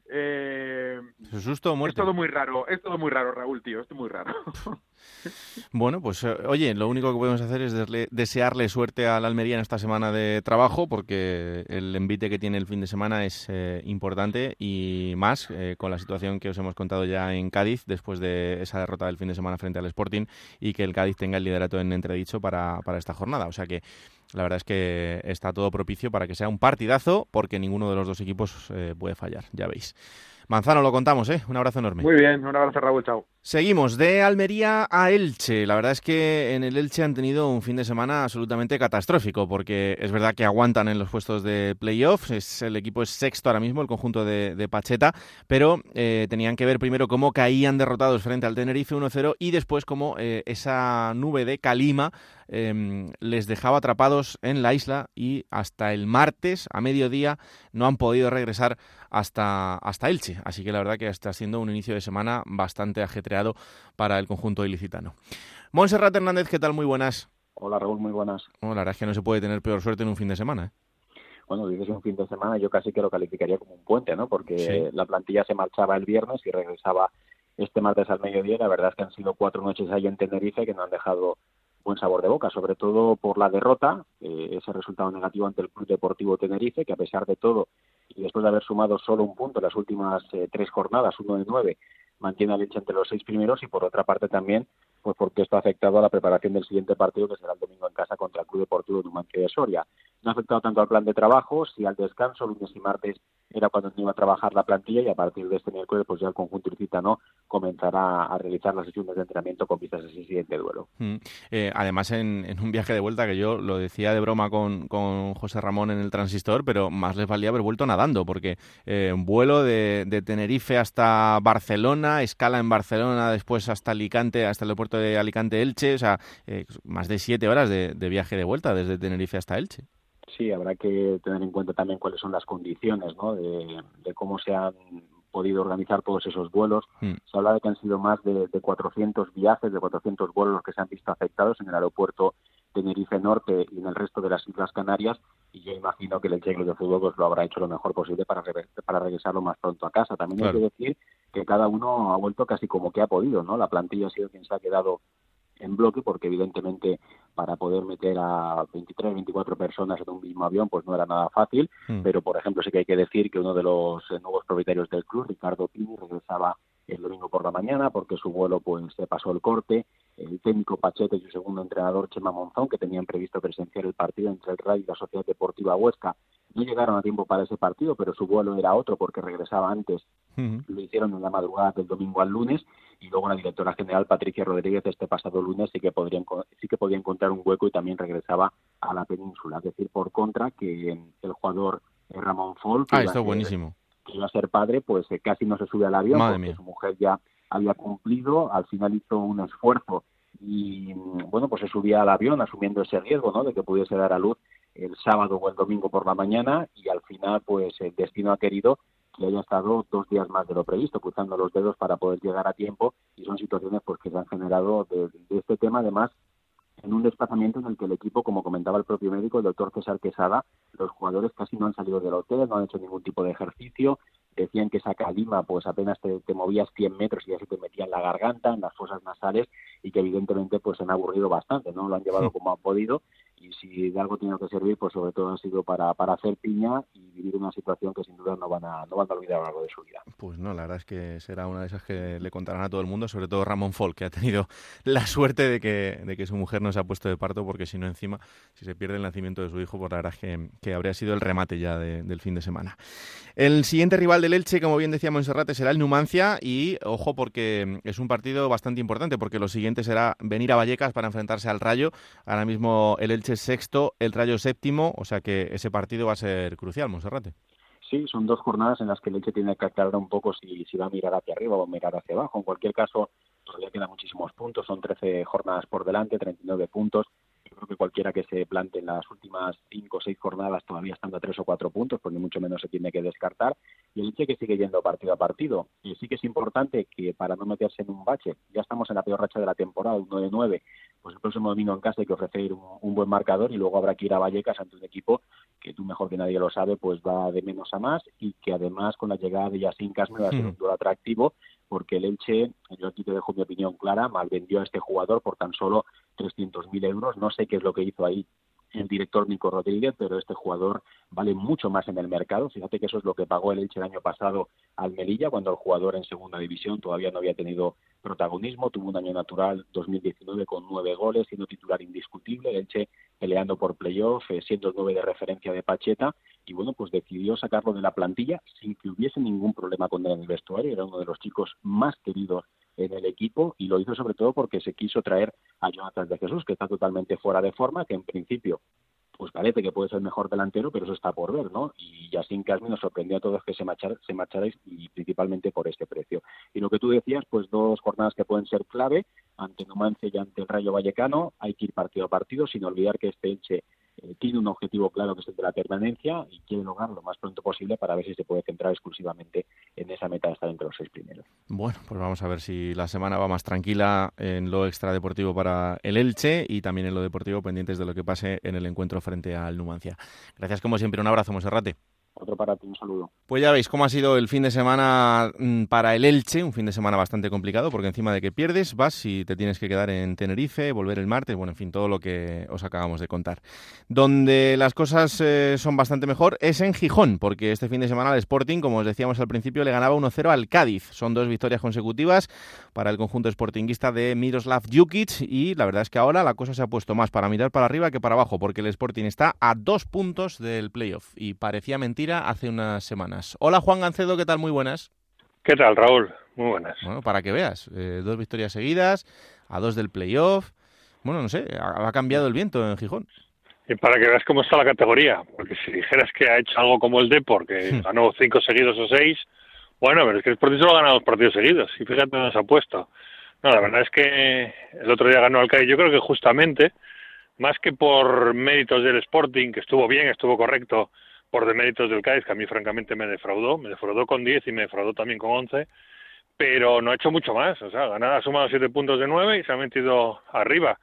Eh, ¿Es susto o muerte? Es todo muy raro, es todo muy raro, Raúl, tío, es muy raro. Bueno, pues eh, oye, lo único que podemos hacer es desle- desearle suerte a la Almería en esta semana de trabajo, porque el envite que tiene el fin de semana es eh, importante, y más eh, con la situación que os hemos contado ya en Cádiz, después de esa derrota del fin de semana frente al Sporting, y que el Cádiz tenga el liderato en entredicho para, para esta jornada. O sea que la verdad es que está todo propicio para que sea un partidazo, porque ninguno de los dos equipos eh, puede fallar, ya veis. Manzano, lo contamos, ¿eh? Un abrazo enorme. Muy bien, un abrazo, Raúl, chao. Seguimos, de Almería a Elche. La verdad es que en el Elche han tenido un fin de semana absolutamente catastrófico, porque es verdad que aguantan en los puestos de playoffs, es, el equipo es sexto ahora mismo, el conjunto de, de Pacheta, pero eh, tenían que ver primero cómo caían derrotados frente al Tenerife uno cero y después cómo eh, esa nube de calima eh, les dejaba atrapados en la isla, y hasta el martes a mediodía no han podido regresar hasta, hasta Elche. Así que la verdad que está siendo un inicio de semana bastante ajetreado para el conjunto ilicitano. Montserrat Hernández, ¿qué tal? Muy buenas. Hola, Raúl, muy buenas. Bueno, la verdad es que no se puede tener peor suerte en un fin de semana, ¿eh? Bueno, dices un fin de semana, yo casi que lo calificaría como un puente, ¿no? Porque sí. La plantilla se marchaba el viernes y regresaba este martes al mediodía. La verdad es que han sido cuatro noches ahí en Tenerife que no han dejado buen sabor de boca, sobre todo por la derrota, eh, ese resultado negativo ante el Club Deportivo Tenerife, que a pesar de todo, y después de haber sumado solo un punto en las últimas eh, tres jornadas, uno de nueve, mantiene a Elche entre los seis primeros, y por otra parte también, pues porque esto ha afectado a la preparación del siguiente partido, que será el domingo en casa contra el Club Deportivo Numancia de Soria. No ha afectado tanto al plan de trabajo, si al descanso, lunes y martes era cuando iba a trabajar la plantilla, y a partir de este miércoles pues ya el conjunto ilicitano comenzará a realizar las sesiones de entrenamiento con vistas a ese siguiente duelo. Mm. Eh, además, en, en un viaje de vuelta, que yo lo decía de broma con, con José Ramón en el Transistor, pero más les valía haber vuelto nadando, porque eh, un vuelo de, de Tenerife hasta Barcelona, escala en Barcelona, después hasta Alicante, hasta el aeropuerto de Alicante-Elche, o sea, eh, más de siete horas de, de viaje de vuelta desde Tenerife hasta Elche. Sí, habrá que tener en cuenta también cuáles son las condiciones, ¿no? de, de cómo se han podido organizar todos esos vuelos. Mm. Se habla de que han sido más de, de cuatrocientos viajes, de cuatrocientos vuelos los que se han visto afectados en el aeropuerto Tenerife Norte y en el resto de las Islas Canarias, y yo imagino que el Elche Club de Fútbol pues, lo habrá hecho lo mejor posible para, re- para regresar lo más pronto a casa. También claro. Hay que decir que cada uno ha vuelto casi como que ha podido, ¿no? La plantilla ha sido quien se ha quedado en bloque, porque evidentemente para poder meter a veintitrés, veinticuatro personas en un mismo avión pues no era nada fácil, mm. pero por ejemplo sí que hay que decir que uno de los eh, nuevos propietarios del club, Ricardo Pini, regresaba el domingo por la mañana porque su vuelo pues se pasó el corte. El técnico Pachete y su segundo entrenador, Chema Monzón, que tenían previsto presenciar el partido entre el Rayo y la Sociedad Deportiva Huesca, no llegaron a tiempo para ese partido, pero su vuelo era otro porque regresaba antes. Uh-huh. Lo hicieron en la madrugada del domingo al lunes, y luego la directora general, Patricia Rodríguez, este pasado lunes sí que podrían sí que podía encontrar un hueco y también regresaba a la península. Es decir, por contra, que el jugador Ramón Folk, ah, esto es buenísimo, que iba a ser padre, pues eh, casi no se sube al avión. Madre porque mía. Su mujer ya había cumplido, al final hizo un esfuerzo y, bueno, pues se subía al avión asumiendo ese riesgo, ¿no?, de que pudiese dar a luz el sábado o el domingo por la mañana, y al final, pues el destino ha querido que haya estado dos días más de lo previsto, cruzando los dedos para poder llegar a tiempo, y son situaciones pues que se han generado de, de este tema, además, en un desplazamiento en el que el equipo, como comentaba el propio médico, el doctor César Quesada, los jugadores casi no han salido del hotel, no han hecho ningún tipo de ejercicio. Decían que esa calima pues apenas te, te movías cien metros y ya se te metía en la garganta, en las fosas nasales, y que evidentemente pues se han aburrido bastante, ¿no? Lo han llevado como han podido, y si de algo tiene que servir, pues sobre todo ha sido para, para hacer piña y vivir una situación que sin duda no van a no van a olvidar a lo largo de su vida. Pues no, la verdad es que será una de esas que le contarán a todo el mundo, sobre todo Ramón Folk, que ha tenido la suerte de que, de que su mujer no se ha puesto de parto, porque si no, encima, si se pierde el nacimiento de su hijo, pues la verdad es que, que habría sido el remate ya de, del fin de semana. El siguiente rival del Elche, como bien decía Montserrat, será el Numancia, y ojo porque es un partido bastante importante, porque lo siguiente será venir a Vallecas para enfrentarse al Rayo. Ahora mismo el Elche es sexto, el Rayo séptimo, o sea que ese partido va a ser crucial, Montserrat. Sí, son dos jornadas en las que el Elche tiene que aclarar un poco si, si va a mirar hacia arriba o va a mirar hacia abajo. En cualquier caso, todavía quedan muchísimos puntos, son trece jornadas por delante, treinta y nueve puntos. Yo creo que cualquiera que se plante en las últimas cinco o seis jornadas todavía estando a tres o cuatro puntos, pues ni mucho menos se tiene que descartar. Y el Elche que sigue yendo partido a partido. Y sí que es importante que para no meterse en un bache, ya estamos en la peor racha de la temporada, un nueve nueve, pues el próximo domingo en casa hay que ofrecer un, un buen marcador y luego habrá que ir a Vallecas ante un equipo que tú mejor que nadie lo sabe, pues va de menos a más y que además con la llegada de Yacine Casme va a ser un duelo atractivo, porque el Elche, yo aquí te dejo mi opinión clara, mal vendió a este jugador por tan solo trescientos mil euros. No sé qué es lo que hizo ahí el director Nico Rodríguez, pero este jugador vale mucho más en el mercado. Fíjate que eso es lo que pagó el Elche el año pasado al Melilla, cuando el jugador en segunda división todavía no había tenido protagonismo. Tuvo un año natural dos mil diecinueve con nueve goles, siendo titular indiscutible. El Elche peleando por playoff, eh, siendo el nueve de referencia de Pacheta, y bueno, pues decidió sacarlo de la plantilla sin que hubiese ningún problema con él en el vestuario. Era uno de los chicos más queridos en el equipo y lo hizo sobre todo porque se quiso traer a Jonathan de Jesús, que está totalmente fuera de forma, que en principio pues parece que puede ser el mejor delantero, pero eso está por ver, ¿no? Y Yacine Casme nos sorprendió a todos que se marchara, se marcharais y principalmente por este precio. Y lo que tú decías, pues dos jornadas que pueden ser clave, ante Numancia y ante el Rayo Vallecano. Hay que ir partido a partido, sin olvidar que este Elche eh, tiene un objetivo claro, que es el de la permanencia, y quiere lograrlo lo más pronto posible para ver si se puede centrar exclusivamente en esa meta de estar entre los seis primeros. Bueno, pues vamos a ver si la semana va más tranquila en lo extradeportivo para el Elche y también en lo deportivo, pendientes de lo que pase en el encuentro frente al Numancia. Gracias como siempre, un abrazo, Monserrate. Otro para ti, un saludo. Pues ya veis cómo ha sido el fin de semana para el Elche, un fin de semana bastante complicado, porque encima de que pierdes, vas y te tienes que quedar en Tenerife, volver el martes, bueno, en fin, todo lo que os acabamos de contar. Donde las cosas eh, son bastante mejor es en Gijón, porque este fin de semana el Sporting, como os decíamos al principio, le ganaba uno cero al Cádiz. Son dos victorias consecutivas para el conjunto sportinguista de Miroslav Jukic, y la verdad es que ahora la cosa se ha puesto más para mirar para arriba que para abajo, porque el Sporting está a dos puntos del playoff, y parecía mentira hace unas semanas. Hola Juan Gancedo, ¿qué tal? Muy buenas. ¿Qué tal, Raúl? Muy buenas. Bueno, para que veas, eh, dos victorias seguidas, a dos del playoff. Bueno, no sé, ha, ha cambiado el viento en Gijón. Y para que veas cómo está la categoría, porque si dijeras que ha hecho algo como el Depor, que hmm. ganó cinco seguidos o seis, bueno, pero es que el Sporting solo ha ganado dos partidos seguidos, y fíjate dónde se ha puesto. No, la verdad es que el otro día ganó al Cádiz, yo creo que justamente, más que por méritos del Sporting, que estuvo bien, estuvo correcto, por deméritos del Cádiz, que a mí francamente me defraudó, me defraudó con diez y me defraudó también con once, pero no ha hecho mucho más, o sea, ganado, ha sumado siete puntos de nueve y se ha metido arriba,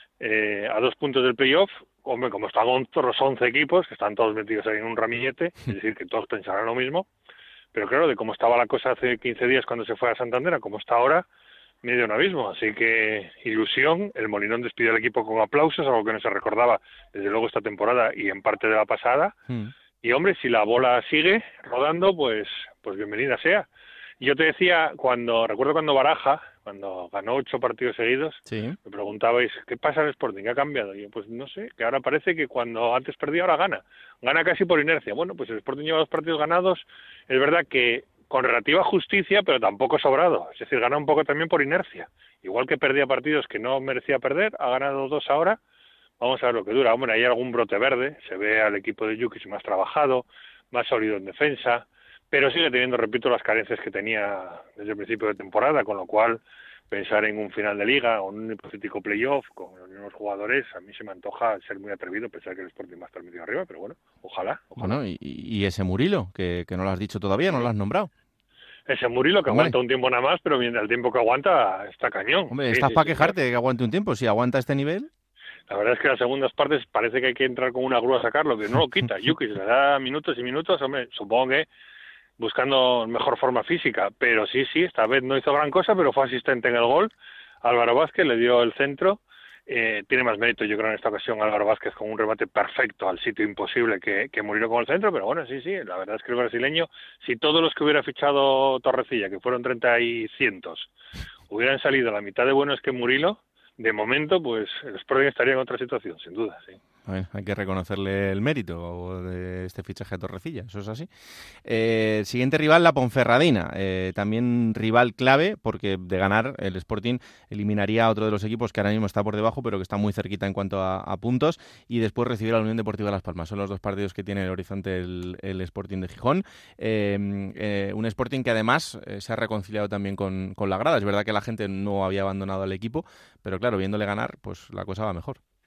eh, a dos puntos del playoff. Hombre, como están otros once equipos, que están todos metidos ahí en un ramillete, es decir, que todos pensarán lo mismo, pero claro, de cómo estaba la cosa hace quince días cuando se fue a Santander, a cómo está ahora, medio un abismo, así que ilusión. El Molinón despidió al equipo con aplausos, algo que no se recordaba desde luego esta temporada y en parte de la pasada. Mm. Y hombre, si la bola sigue rodando, pues pues bienvenida sea. Y yo te decía, cuando recuerdo cuando Baraja, cuando ganó ocho partidos seguidos, sí. me preguntabais, ¿qué pasa en el Sporting? ¿Qué ha cambiado? Y yo, pues no sé, que ahora parece que cuando antes perdía, ahora gana. Gana casi por inercia. Bueno, pues el Sporting lleva dos partidos ganados. Es verdad que con relativa justicia, pero tampoco sobrado. Es decir, gana un poco también por inercia. Igual que perdía partidos que no merecía perder, ha ganado dos ahora. Vamos a ver lo que dura. Hombre, hay algún brote verde, se ve al equipo de Jukic más trabajado, más sólido en defensa, pero sigue teniendo, repito, las carencias que tenía desde el principio de temporada, con lo cual pensar en un final de liga o en un hipotético playoff con los mismos jugadores, a mí se me antoja ser muy atrevido pensar que el Sporting va a estar medio arriba, pero bueno, ojalá. ojalá. Bueno, y, y ese Murilo, que, que no lo has dicho todavía, no lo has nombrado. Ese Murilo que Hombre. aguanta un tiempo nada más, pero mientras el tiempo que aguanta está cañón. Hombre, sí, estás sí, para sí, quejarte sí. de que aguante un tiempo, si aguanta este nivel. La verdad es que en las segundas partes parece que hay que entrar con una grúa a sacarlo, que no lo quita. Yuki le da minutos y minutos, hombre, supongo que buscando mejor forma física, pero sí, sí, esta vez no hizo gran cosa, pero fue asistente en el gol. Álvaro Vázquez le dio el centro, eh, tiene más mérito yo creo en esta ocasión Álvaro Vázquez con un remate perfecto al sitio imposible que, que Murilo con el centro, pero bueno, sí, sí, la verdad es que el brasileño, si todos los que hubiera fichado Torrecilla, que fueron treinta y cientos, hubieran salido a la mitad de buenos que Murilo, de momento, pues el Sporting estaría en otra situación, sin duda, sí. Bueno, hay que reconocerle el mérito de este fichaje de Torrecilla, eso es así. Eh, siguiente rival, la Ponferradina, eh, también rival clave, porque de ganar el Sporting eliminaría a otro de los equipos que ahora mismo está por debajo, pero que está muy cerquita en cuanto a, a puntos, y después recibir a la Unión Deportiva Las Palmas. Son los dos partidos que tiene en el horizonte el, el Sporting de Gijón. Eh, eh, un Sporting que además eh, se ha reconciliado también con, con la grada. Es verdad que la gente no había abandonado al equipo, pero claro, viéndole ganar, pues la cosa va mejor.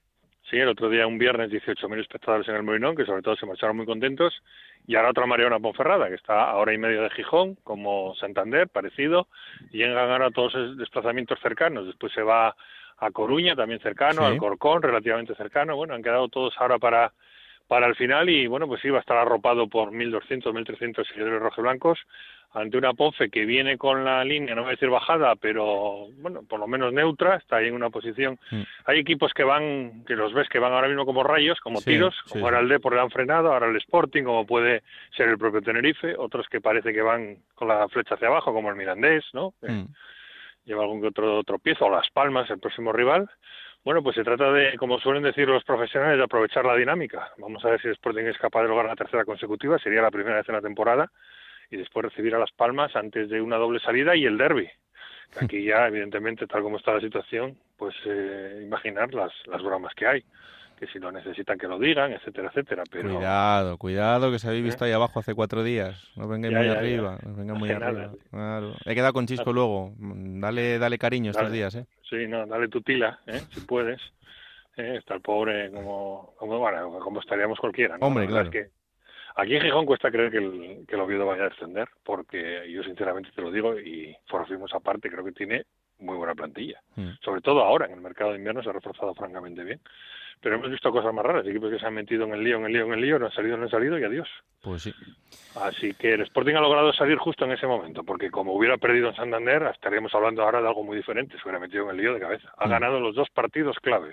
Sí, el otro día, un viernes, dieciocho mil espectadores en el Molinón, que sobre todo se marcharon muy contentos. Y ahora otra Mariona Ponferrada, que está a hora y media de Gijón, como Santander, parecido. Y llegan ahora todos los desplazamientos cercanos. Después se va a Coruña, también cercano, sí. Alcorcón, relativamente cercano. Bueno, han quedado todos ahora para, para el final. Y bueno, pues sí, va a estar arropado por mil doscientos, mil trescientos seguidores rojiblancos, ante una Ponfe que viene con la línea, no voy a decir bajada, pero bueno, por lo menos neutra, está ahí en una posición. Mm. Hay equipos que van, que los ves que van ahora mismo como rayos, como sí, tiros, sí, como sí. Ahora el Depor le han frenado, ahora el Sporting, como puede ser el propio Tenerife, otros que parece que van con la flecha hacia abajo, como el Mirandés, ¿no? Mm. Eh, lleva algún que otro tropiezo, o Las Palmas, el próximo rival. Bueno, pues se trata de, como suelen decir los profesionales, de aprovechar la dinámica. Vamos a ver si el Sporting es capaz de lograr la tercera consecutiva, sería la primera vez en la temporada, y después recibir a Las Palmas antes de una doble salida y el derbi. Que aquí ya, evidentemente, tal como está la situación, pues eh, imaginar las, las bromas que hay. Que si lo necesitan que lo digan, etcétera, etcétera. Pero... Cuidado, cuidado, que se habéis visto ahí abajo hace cuatro días. No vengáis ya, muy ya, arriba, ya. no vengáis muy arriba. Nada, claro. He quedado con Chisco luego. Dale, dale cariño dale. estos días, ¿eh? Sí, no, dale tu tila, ¿eh? Si puedes. Eh, está el pobre como, como, bueno, como estaríamos cualquiera, ¿no? Hombre, claro. Es que aquí en Gijón cuesta creer que el, que el Oviedo vaya a descender, porque yo sinceramente te lo digo, y forofimos aparte, creo que tiene muy buena plantilla. Mm. Sobre todo ahora, en el mercado de invierno se ha reforzado francamente bien. Pero hemos visto cosas más raras, equipos que se han metido en el lío, en el lío, en el lío, no han salido, no han salido y adiós. Pues sí. Así que el Sporting ha logrado salir justo en ese momento, porque como hubiera perdido en Santander, estaríamos hablando ahora de algo muy diferente, se hubiera metido en el lío de cabeza. Ha mm. ganado los dos partidos claves.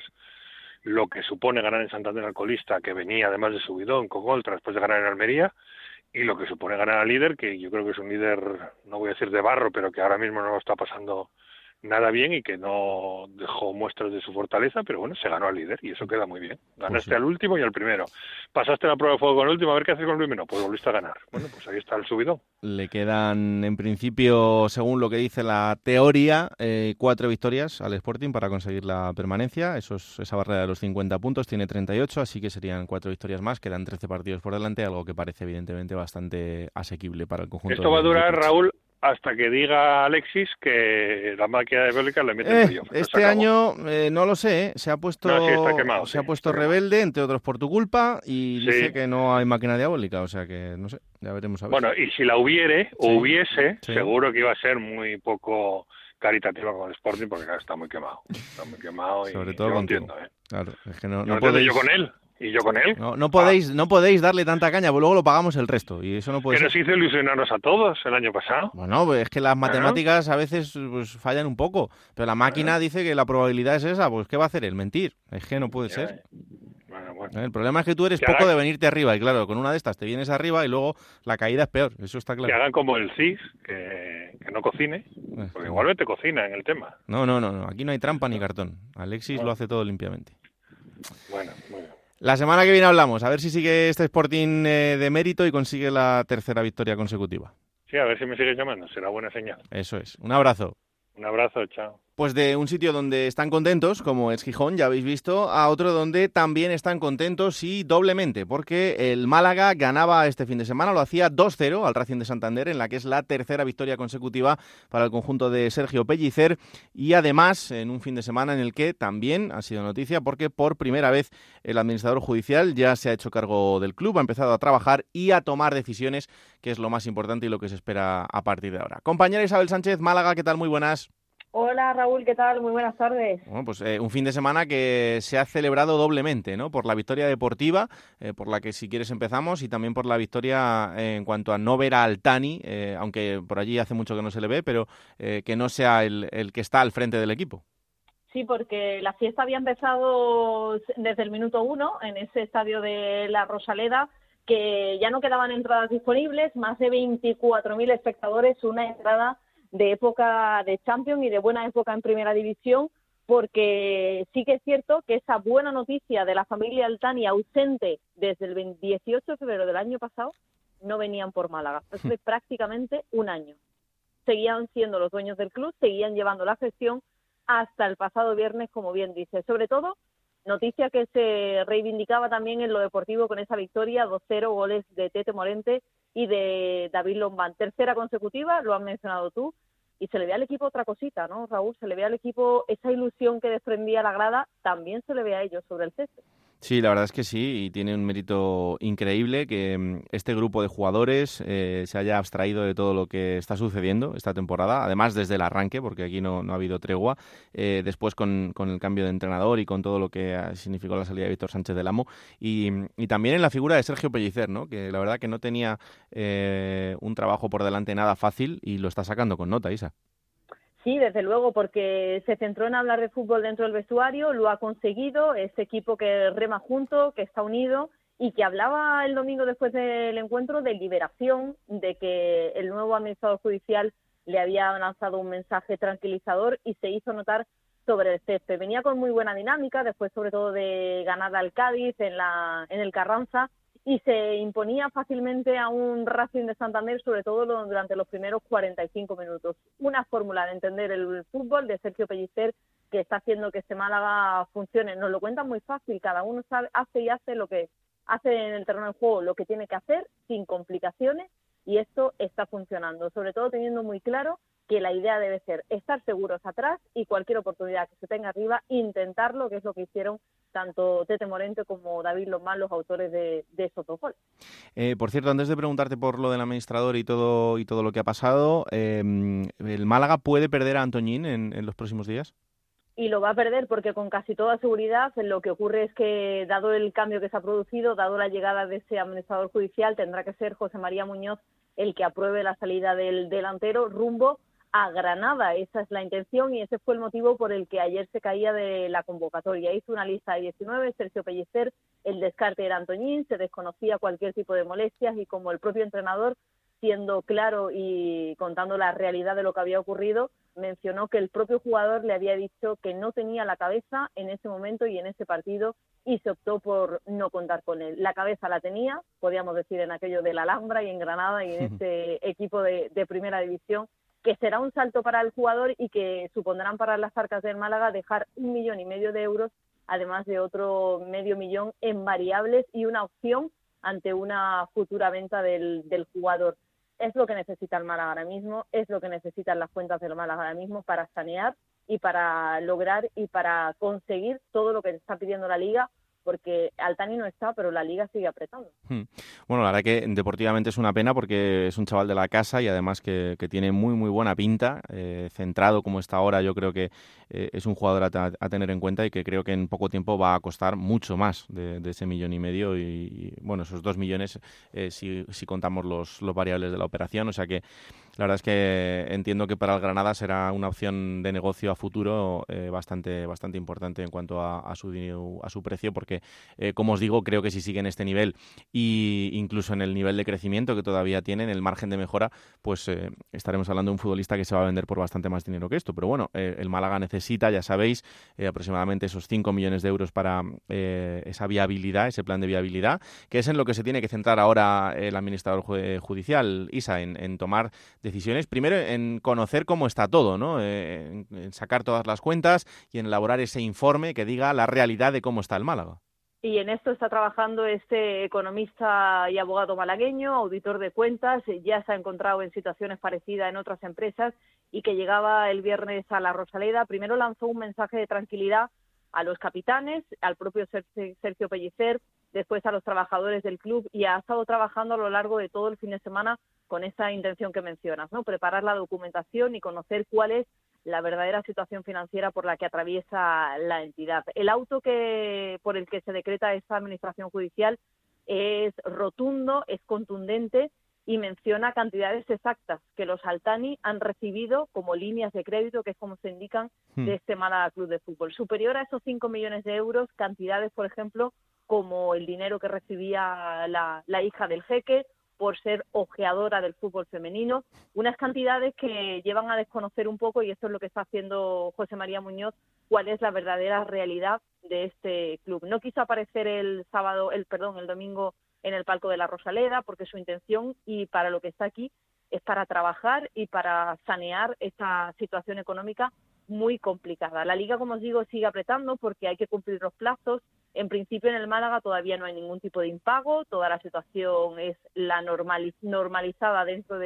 Lo que supone ganar en Santander al colista, que venía además de subidón con Oltra después de ganar en Almería, y lo que supone ganar al líder, que yo creo que es un líder, no voy a decir de barro, pero que ahora mismo no lo está pasando nada bien y que no dejó muestras de su fortaleza, pero bueno, se ganó al líder y eso queda muy bien. Ganaste pues sí. al último y al primero. Pasaste la prueba de fuego con el último, a ver qué haces con el primero. Pues volviste a ganar. Bueno, pues ahí está el subidón. Le quedan, en principio, según lo que dice la teoría, eh, cuatro victorias al Sporting para conseguir la permanencia. Esos, esa barrera de los cincuenta puntos tiene treinta y ocho, así que serían cuatro victorias más. Quedan trece partidos por delante, algo que parece evidentemente bastante asequible para el conjunto. Esto va a durar, Raúl, hasta que diga Alexis que la máquina de Bélgica le mete eh, en playoff. Este año, eh, no lo sé, ¿eh? se ha puesto, no, sí, está quemado, se sí, ha puesto rebelde, entre otros por tu culpa, y sí. dice que no hay máquina diabólica, o sea que no sé, ya veremos a ver. Bueno, y si la hubiere, o sí. hubiese, sí. seguro que iba a ser muy poco caritativa con el Sporting, porque claro, está muy quemado. Está muy quemado y sobre todo yo contigo. entiendo, ¿eh? Claro, es que no, no, no podéis... yo con él. Y yo con él. No, no podéis ah. no podéis darle tanta caña, porque luego lo pagamos el resto. Y eso no puede que ser. nos hizo ilusionarnos a todos el año pasado. Bueno, pues es que las matemáticas a veces pues, fallan un poco. Pero la máquina bueno. dice que la probabilidad es esa. Pues ¿qué va a hacer él? Mentir. Es que no puede ya, ser. Bueno, bueno. El problema es que tú eres que poco hagan... de venirte arriba. Y claro, con una de estas te vienes arriba y luego la caída es peor. Eso está claro. Que hagan como el C I S, que, que no cocine. Porque igualmente cocina en el tema. No, no, no. no. Aquí no hay trampa ni cartón. Alexis no. lo hace todo limpiamente. Bueno, muy bien. La semana que viene hablamos, a ver si sigue este Sporting eh, de mérito y consigue la tercera victoria consecutiva. Sí, a ver si me sigues llamando, será buena señal. Eso es. Un abrazo. Un abrazo, chao. Pues de un sitio donde están contentos, como es Gijón, ya habéis visto, a otro donde también están contentos y doblemente, porque el Málaga ganaba este fin de semana, lo hacía dos cero al Racing de Santander, en la que es la tercera victoria consecutiva para el conjunto de Sergio Pellicer, y además en un fin de semana en el que también ha sido noticia porque por primera vez el administrador judicial ya se ha hecho cargo del club, ha empezado a trabajar y a tomar decisiones, que es lo más importante y lo que se espera a partir de ahora. Compañera Isabel Sánchez, Málaga, ¿qué tal? Muy buenas. Hola Raúl, ¿qué tal? Muy buenas tardes. Bueno, pues eh, un fin de semana que se ha celebrado doblemente, ¿no? Por la victoria deportiva, eh, por la que si quieres empezamos, y también por la victoria eh, en cuanto a no ver a Altani, eh, aunque por allí hace mucho que no se le ve, pero eh, que no sea el, el que está al frente del equipo. Sí, porque la fiesta había empezado desde el minuto uno en ese estadio de La Rosaleda, que ya no quedaban entradas disponibles, más de veinticuatro mil espectadores, una entrada de época de Champions y de buena época en Primera División, porque sí que es cierto que esa buena noticia de la familia Altani ausente desde el dieciocho de febrero del año pasado no venían por Málaga. Eso es prácticamente un año. Seguían siendo los dueños del club, seguían llevando la gestión hasta el pasado viernes, como bien dice. Sobre todo, noticia que se reivindicaba también en lo deportivo con esa victoria, dos cero, goles de Tete Morente y de David Lombán. Tercera consecutiva, lo has mencionado tú, y se le ve al equipo otra cosita, ¿no, Raúl? Se le ve al equipo esa ilusión que desprendía la grada, también se le ve a ellos sobre el césped. Sí, la verdad es que sí, y tiene un mérito increíble que este grupo de jugadores eh, se haya abstraído de todo lo que está sucediendo esta temporada, además desde el arranque, porque aquí no, no ha habido tregua, eh, después con, con el cambio de entrenador y con todo lo que significó la salida de Víctor Sánchez del Amo, y, y también en la figura de Sergio Pellicer, ¿no? Que la verdad que no tenía eh, un trabajo por delante nada fácil y lo está sacando con nota, Isa. Sí, desde luego, porque se centró en hablar de fútbol dentro del vestuario, lo ha conseguido, este equipo que rema junto, que está unido y que hablaba el domingo después del encuentro de liberación, de que el nuevo administrador judicial le había lanzado un mensaje tranquilizador y se hizo notar sobre el césped. Venía con muy buena dinámica, después sobre todo de ganar al Cádiz en, la, en el Carranza, y se imponía fácilmente a un Racing de Santander, sobre todo durante los primeros cuarenta y cinco minutos. Una fórmula de entender el fútbol de Sergio Pellicer que está haciendo que este Málaga funcione. Nos lo cuentan muy fácil, cada uno sabe, hace y hace lo que hace en el terreno de juego, lo que tiene que hacer, sin complicaciones, y esto está funcionando, sobre todo teniendo muy claro que la idea debe ser estar seguros atrás y cualquier oportunidad que se tenga arriba, intentarlo, que es lo que hicieron tanto Tete Morente como David Lomán, los autores de, de esos dos goles. Eh, por cierto, antes de preguntarte por lo del administrador y todo y todo lo que ha pasado, eh, ¿el Málaga puede perder a Antoñín en, en los próximos días? Y lo va a perder porque con casi toda seguridad lo que ocurre es que, dado el cambio que se ha producido, dado la llegada de ese administrador judicial, tendrá que ser José María Muñoz el que apruebe la salida del delantero rumbo a Granada. Esa es la intención y ese fue el motivo por el que ayer se caía de la convocatoria. Hizo una lista de diecinueve, Sergio Pellicer, el descarte era Antoñín, se desconocía cualquier tipo de molestias y como el propio entrenador, siendo claro y contando la realidad de lo que había ocurrido, mencionó que el propio jugador le había dicho que no tenía la cabeza en ese momento y en ese partido y se optó por no contar con él. La cabeza la tenía, podríamos decir, en aquello de la Alhambra y en Granada y en este equipo de, de primera división, que será un salto para el jugador y que supondrán para las arcas del Málaga dejar un millón y medio de euros, además de otro medio millón en variables y una opción ante una futura venta del, del jugador. Es lo que necesita el Málaga ahora mismo, es lo que necesitan las cuentas del Málaga ahora mismo para sanear y para lograr y para conseguir todo lo que está pidiendo la Liga, porque Altani no está, pero la Liga sigue apretando. Bueno, la verdad que deportivamente es una pena porque es un chaval de la casa y además que, que tiene muy muy buena pinta, eh, centrado como está ahora, yo creo que eh, es un jugador a, a tener en cuenta y que creo que en poco tiempo va a costar mucho más de, de ese millón y medio y, y bueno, esos dos millones eh, si, si contamos los, los variables de la operación, o sea que la verdad es que entiendo que para el Granada será una opción de negocio a futuro eh, bastante bastante importante en cuanto a, a, su, a su precio, porque eh, como os digo, creo que si sigue en este nivel y incluso en el nivel de crecimiento que todavía tiene, en el margen de mejora, pues eh, estaremos hablando de un futbolista que se va a vender por bastante más dinero que esto. Pero bueno, eh, el Málaga necesita, ya sabéis, eh, aproximadamente esos cinco millones de euros para eh, esa viabilidad, ese plan de viabilidad, que es en lo que se tiene que centrar ahora el administrador judicial, Isa, en, en tomar decisiones, primero en conocer cómo está todo, ¿no? Eh, en, en sacar todas las cuentas y en elaborar ese informe que diga la realidad de cómo está el Málaga. Y en esto está trabajando este economista y abogado malagueño, auditor de cuentas, ya se ha encontrado en situaciones parecidas en otras empresas y que llegaba el viernes a la Rosaleda. Primero lanzó un mensaje de tranquilidad a los capitanes, al propio Sergio Pellicer, después a los trabajadores del club y ha estado trabajando a lo largo de todo el fin de semana con esa intención que mencionas, ¿no? Preparar la documentación y conocer cuál es la verdadera situación financiera por la que atraviesa la entidad. El auto que por el que se decreta esta administración judicial es rotundo, es contundente y menciona cantidades exactas que los Altani han recibido como líneas de crédito, que es como se indican, de este Málaga Club de Fútbol. Superior a esos cinco millones de euros, cantidades, por ejemplo, como el dinero que recibía la, la hija del jeque por ser ojeadora del fútbol femenino, unas cantidades que llevan a desconocer un poco, y esto es lo que está haciendo José María Muñoz, cuál es la verdadera realidad de este club. No quiso aparecer el sábado, el perdón, el domingo en el palco de la Rosaleda, porque su intención y para lo que está aquí es para trabajar y para sanear esta situación económica muy complicada. La Liga, como os digo, sigue apretando porque hay que cumplir los plazos. En principio en el Málaga todavía no hay ningún tipo de impago, toda la situación es la normaliz- normalizada dentro de,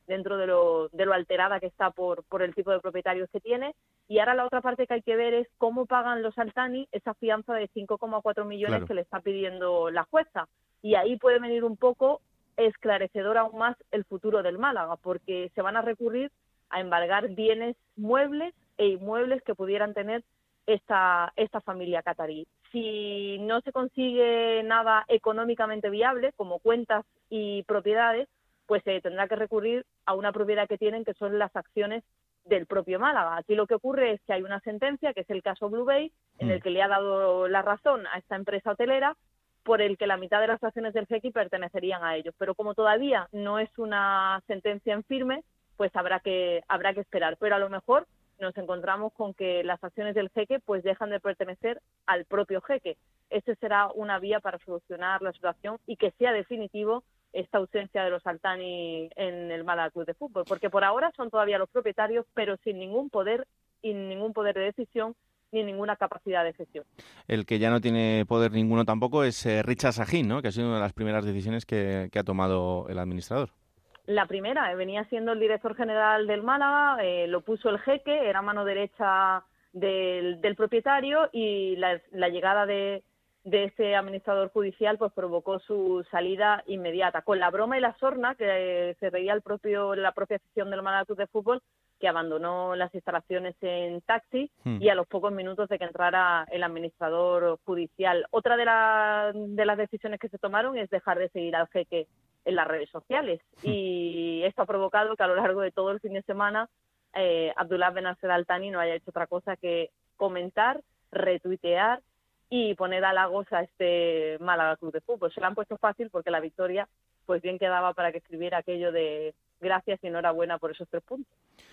dentro de lo, de lo alterada que está por, por el tipo de propietarios que tiene. Y ahora la otra parte que hay que ver es cómo pagan los Altani esa fianza de cinco coma cuatro millones claro. que le está pidiendo la jueza. Y ahí puede venir un poco esclarecedor aún más el futuro del Málaga, porque se van a recurrir a embargar bienes muebles e inmuebles que pudieran tener esta, esta familia catarí. Si no se consigue nada económicamente viable, como cuentas y propiedades, pues se tendrá que recurrir a una propiedad que tienen, que son las acciones del propio Málaga. Aquí lo que ocurre es que hay una sentencia, que es el caso Blue Bay, en el que le ha dado la razón a esta empresa hotelera, por el que la mitad de las acciones del Jeque pertenecerían a ellos. Pero como todavía no es una sentencia en firme, pues habrá que habrá que esperar. Pero a lo mejor nos encontramos con que las acciones del Jeque pues dejan de pertenecer al propio Jeque. Esa será una vía para solucionar la situación y que sea definitivo esta ausencia de los Altani en el Málaga Club de Fútbol, porque por ahora son todavía los propietarios, pero sin ningún poder y ningún poder de decisión ni ninguna capacidad de gestión. El que ya no tiene poder ninguno tampoco es eh, Richard Sahin, ¿no? Que ha sido una de las primeras decisiones que, que ha tomado el administrador. La primera, eh, venía siendo el director general del Málaga, eh, lo puso el Jeque, era mano derecha del, del propietario, y la, la llegada de, de ese administrador judicial pues provocó su salida inmediata, con la broma y la sorna que eh, se reía el propio, la propia afición del Málaga Club de Fútbol, que abandonó las instalaciones en taxi hmm. y a los pocos minutos de que entrara el administrador judicial. Otra de, la, de las decisiones que se tomaron es dejar de seguir al Jeque en las redes sociales, hmm. y esto ha provocado que a lo largo de todo el fin de semana eh, Abdullah Benasser Altani no haya hecho otra cosa que comentar, retuitear y poner halagos a este Málaga Club de Fútbol. Se lo han puesto fácil porque la victoria pues bien quedaba para que escribiera aquello de gracias y enhorabuena por esos tres puntos.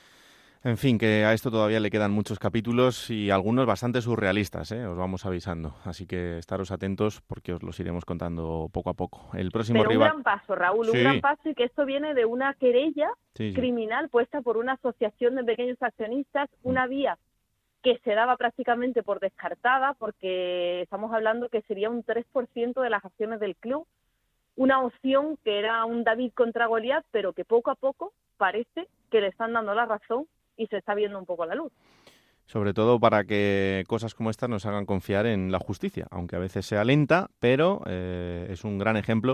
En fin, que a esto todavía le quedan muchos capítulos y algunos bastante surrealistas, ¿eh? Os vamos avisando. Así que estaros atentos porque os los iremos contando poco a poco. El próximo Pero rival... un gran paso, Raúl, sí. un gran paso, y que esto viene de una querella sí, sí. criminal puesta por una asociación de pequeños accionistas, una vía que se daba prácticamente por descartada porque estamos hablando que sería un tres por ciento de las acciones del club, una opción que era un David contra Goliat, pero que poco a poco parece que le están dando la razón y se está viendo un poco la luz. Sobre todo para que cosas como estas nos hagan confiar en la justicia, aunque a veces sea lenta, pero eh, es un gran ejemplo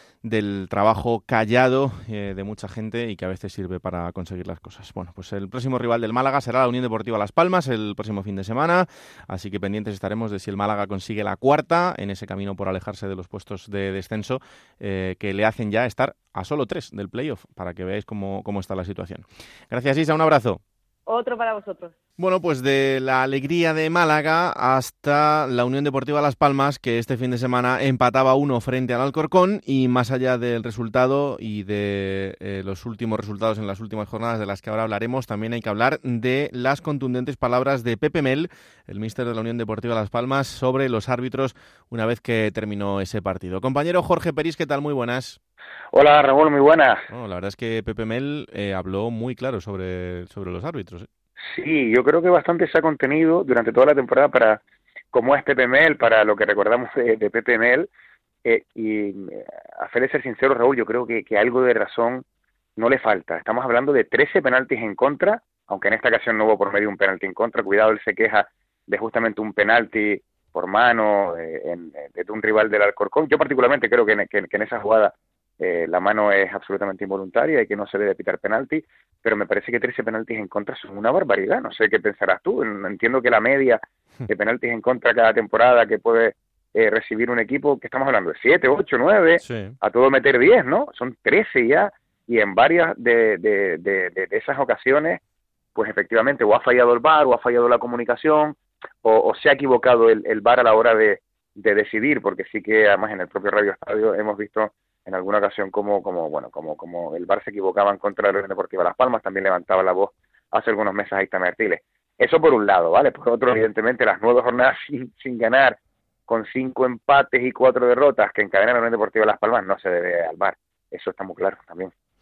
del trabajo callado eh, de mucha gente y que a veces sirve para conseguir las cosas. Bueno, pues el próximo rival del Málaga será la Unión Deportiva Las Palmas el próximo fin de semana, así que pendientes estaremos de si el Málaga consigue la cuarta en ese camino por alejarse de los puestos de descenso eh, que le hacen ya estar a solo tres del playoff, para que veáis cómo, cómo está la situación. Gracias, Isa, un abrazo. Otro para vosotros. Bueno, pues de la alegría de Málaga hasta la Unión Deportiva Las Palmas, que este fin de semana empataba uno frente al Alcorcón, y más allá del resultado y de eh, los últimos resultados en las últimas jornadas de las que ahora hablaremos, también hay que hablar de las contundentes palabras de Pepe Mel, el míster de la Unión Deportiva Las Palmas, sobre los árbitros una vez que terminó ese partido. Compañero Jorge Peris, ¿qué tal? Muy buenas. Hola, Raúl, muy buenas. No, la verdad es que Pepe Mel eh, habló muy claro sobre, sobre los árbitros, ¿eh? Sí, yo creo que bastante se ha contenido durante toda la temporada para cómo es Pepe Mel, para lo que recordamos de, de Pepe Mel, eh, y eh, a fe de ser sincero, Raúl, yo creo que, que algo de razón no le falta. Estamos hablando de trece penaltis en contra, aunque en esta ocasión no hubo por medio un penalti en contra. Cuidado, él se queja de justamente un penalti por mano eh, en, de un rival del Alcorcón. Yo particularmente creo que en, que, que en esa jugada Eh, la mano es absolutamente involuntaria y que no se debe pitar penalti, pero me parece que trece penaltis en contra son una barbaridad. No sé qué pensarás tú. Entiendo que la media de penaltis en contra cada temporada que puede eh, recibir un equipo, que estamos hablando de siete, ocho, nueve, sí. A todo meter diez, ¿no? Son trece ya, y en varias de, de, de, de, de esas ocasiones, pues efectivamente o ha fallado el V A R o ha fallado la comunicación o, o se ha equivocado el, el V A R a la hora de, de decidir, porque sí que además en el propio Radio Estadio hemos visto en alguna ocasión como como bueno como como el V A R se equivocaba en contra de la Unión Deportiva Las Palmas, también levantaba la voz hace algunos meses ahí también Artiles. Eso por un lado, ¿vale? Por otro, evidentemente, las nueve jornadas sin, sin ganar, con cinco empates y cuatro derrotas que encadena la Unión Deportiva Las Palmas, no se debe al V A R. Eso está muy claro también.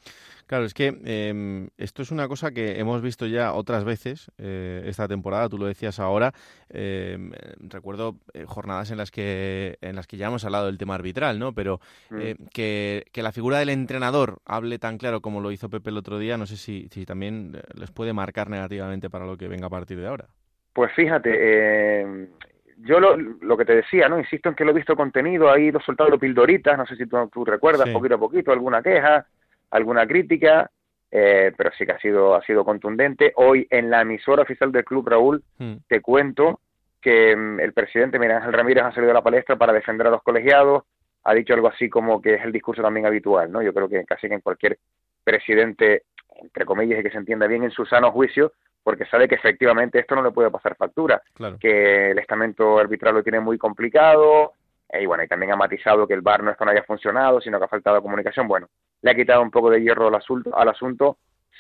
Claro, es que eh, esto es una cosa que hemos visto ya otras veces eh, esta temporada, tú lo decías ahora. Eh, recuerdo eh, jornadas en las que en las que ya hemos hablado del tema arbitral, ¿no? Pero eh, mm. que, que la figura del entrenador hable tan claro como lo hizo Pepe el otro día, no sé si, si también les puede marcar negativamente para lo que venga a partir de ahora. Pues fíjate, eh, yo lo, lo que te decía, ¿no? Insisto en que lo he visto contenido, ahí lo he soltado pildoritas, no sé si tú, tú recuerdas, sí. poquito a poquito, alguna queja, alguna crítica, eh, pero sí que ha sido ha sido contundente. Hoy en la emisora oficial del club, Raúl, mm. te cuento que um, el presidente Miguel Ángel Ramírez ha salido a la palestra para defender a los colegiados, ha dicho algo así como que es el discurso también habitual, ¿no? Yo creo que casi que en cualquier presidente, entre comillas, y que se entienda bien en su sano juicio, porque sabe que efectivamente esto no le puede pasar factura, claro. que el estamento arbitral lo tiene muy complicado, y bueno, y también ha matizado que el V A R no es que no haya funcionado, sino que ha faltado comunicación. Bueno, le ha quitado un poco de hierro al asunto, al asunto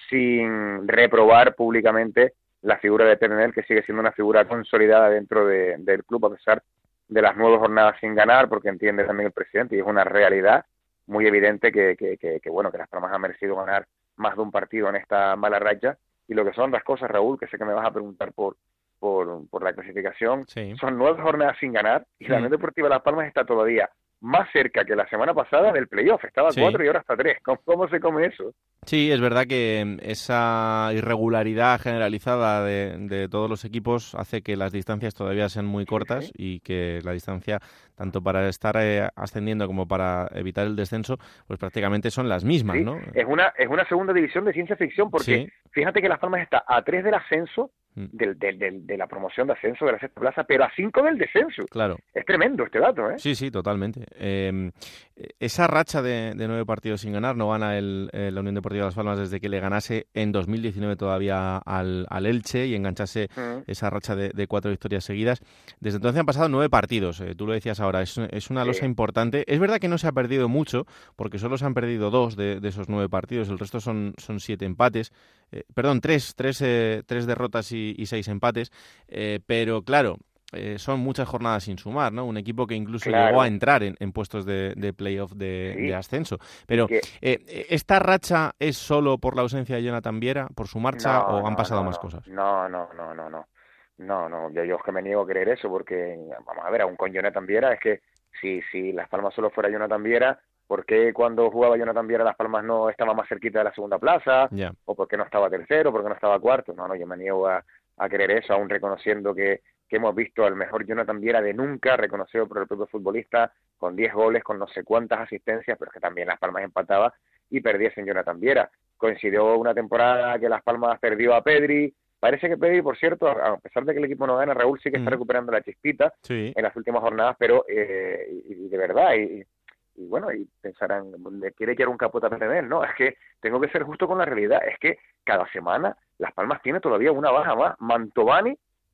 sin reprobar públicamente la figura de Pernel, que sigue siendo una figura consolidada dentro de, del club, a pesar de las nueve jornadas sin ganar, porque entiende también el presidente, y es una realidad muy evidente que, que, que, que bueno, que Las Palmas ha merecido ganar más de un partido en esta mala racha. Y lo que son las cosas, Raúl, que sé que me vas a preguntar por por, por la clasificación, sí. son nueve jornadas sin ganar, y sí. la Unión Deportiva Las Palmas está todavía más cerca que la semana pasada del playoff, estaba a sí. cuatro y ahora está a tres. ¿Cómo, ¿Cómo se come eso? Sí, es verdad que esa irregularidad generalizada de, de todos los equipos hace que las distancias todavía sean muy cortas sí, sí. y que la distancia, tanto para estar eh, ascendiendo como para evitar el descenso, pues prácticamente son las mismas, sí. ¿no? Es una, es una segunda división de ciencia ficción, porque sí. fíjate que Las Palmas está a tres del ascenso, Del, del, del, de la promoción de ascenso de la sexta plaza, pero a cinco del descenso. Claro. Es tremendo este dato, ¿eh? Sí, sí, totalmente. Eh, esa racha de, de nueve partidos sin ganar no gana el, el, la Unión Deportiva Las Palmas desde que le ganase en dos mil diecinueve todavía al, al Elche y enganchase uh-huh. esa racha de, de cuatro victorias seguidas. Desde entonces han pasado nueve partidos, eh, tú lo decías ahora, es, es una losa sí. importante. Es verdad que no se ha perdido mucho, porque solo se han perdido dos de, de esos nueve partidos, el resto son, son siete empates. Eh, perdón, tres, tres, eh, tres derrotas y, y seis empates, eh, pero claro, eh, son muchas jornadas sin sumar, ¿no? Un equipo que incluso claro. llegó a entrar en, en puestos de, de playoff de, sí. de ascenso. Pero, eh, ¿esta racha es solo por la ausencia de Jonathan Viera, por su marcha, no, o han no, pasado no, más no. cosas? No, no, no, no, no. No, no, yo, yo es que me niego a creer eso, porque, vamos a ver, aún con Jonathan Viera, es que si, si Las Palmas solo fuera Jonathan Viera, ¿por qué cuando jugaba Jonathan Viera Las Palmas no estaba más cerquita de la segunda plaza? Yeah. ¿O por qué no estaba tercero? ¿Por qué no estaba cuarto? No, no, yo me niego a, a creer eso, aún reconociendo que, que hemos visto al mejor Jonathan Viera de nunca, reconocido por el propio futbolista, con diez goles, con no sé cuántas asistencias, pero es que también Las Palmas empataba y perdía sin Jonathan Viera. Coincidió una temporada que Las Palmas perdió a Pedri. Parece que Pedri, por cierto, a pesar de que el equipo no gana, Raúl sí que está mm. recuperando la chispita sí. en las últimas jornadas, pero eh, y, y de verdad, y, y bueno, y pensarán, le quiere echar un capote a Pernel, ¿no? Es que tengo que ser justo con la realidad, es que cada semana Las Palmas tiene todavía una baja más. Mantovani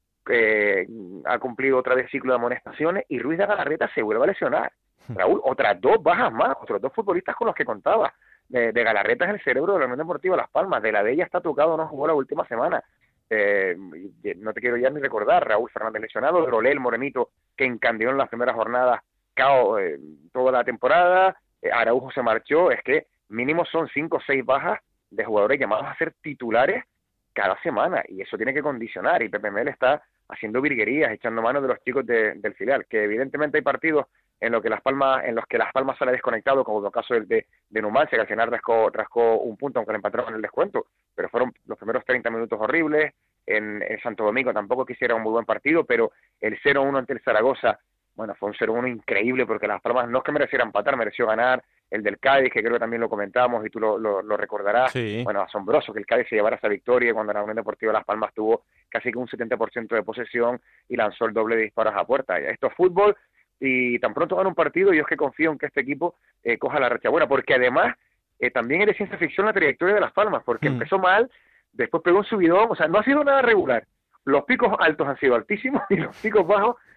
eh, ha cumplido otra vez ciclo de amonestaciones y Ruiz de Galarreta se vuelve a lesionar. Raúl, otras dos bajas más, otros dos futbolistas con los que contaba. De, de Galarreta es el cerebro de la Unión Deportiva Las Palmas, de la Bella está tocado, no jugó la última semana. Eh, no te quiero ya ni recordar, Raúl Fernández lesionado, Drolé, el morenito, que encandió en las primeras jornadas, cao eh, toda la temporada, eh, Araujo se marchó, es que mínimo son cinco o seis bajas de jugadores llamados a ser titulares cada semana, y eso tiene que condicionar, y Pepe Mel está haciendo virguerías, echando mano de los chicos de, del filial, que evidentemente hay partidos en los que Las Palmas, en los que Las Palmas sale desconectado, como el caso de, de, de Numancia, que al final rascó, rascó un punto, aunque le empataron en el descuento, pero fueron los primeros treinta minutos horribles. En, en Santo Domingo tampoco quisiera un muy buen partido, pero el cero uno ante el Zaragoza, bueno, fue un cero uno increíble, porque Las Palmas no es que mereciera empatar, mereció ganar. El del Cádiz, que creo que también lo comentamos y tú lo, lo, lo recordarás, sí. Bueno, asombroso que el Cádiz se llevara esa victoria cuando la Unión Deportiva Las Palmas tuvo casi que un setenta por ciento de posesión y lanzó el doble de disparos a puerta. Esto es fútbol, y tan pronto gana un partido, yo es que confío en que este equipo eh, coja la racha buena, porque además eh, también es de ciencia ficción la trayectoria de Las Palmas, porque mm. empezó mal, después pegó un subidón, o sea, no ha sido nada regular. Los picos altos han sido altísimos y los picos bajos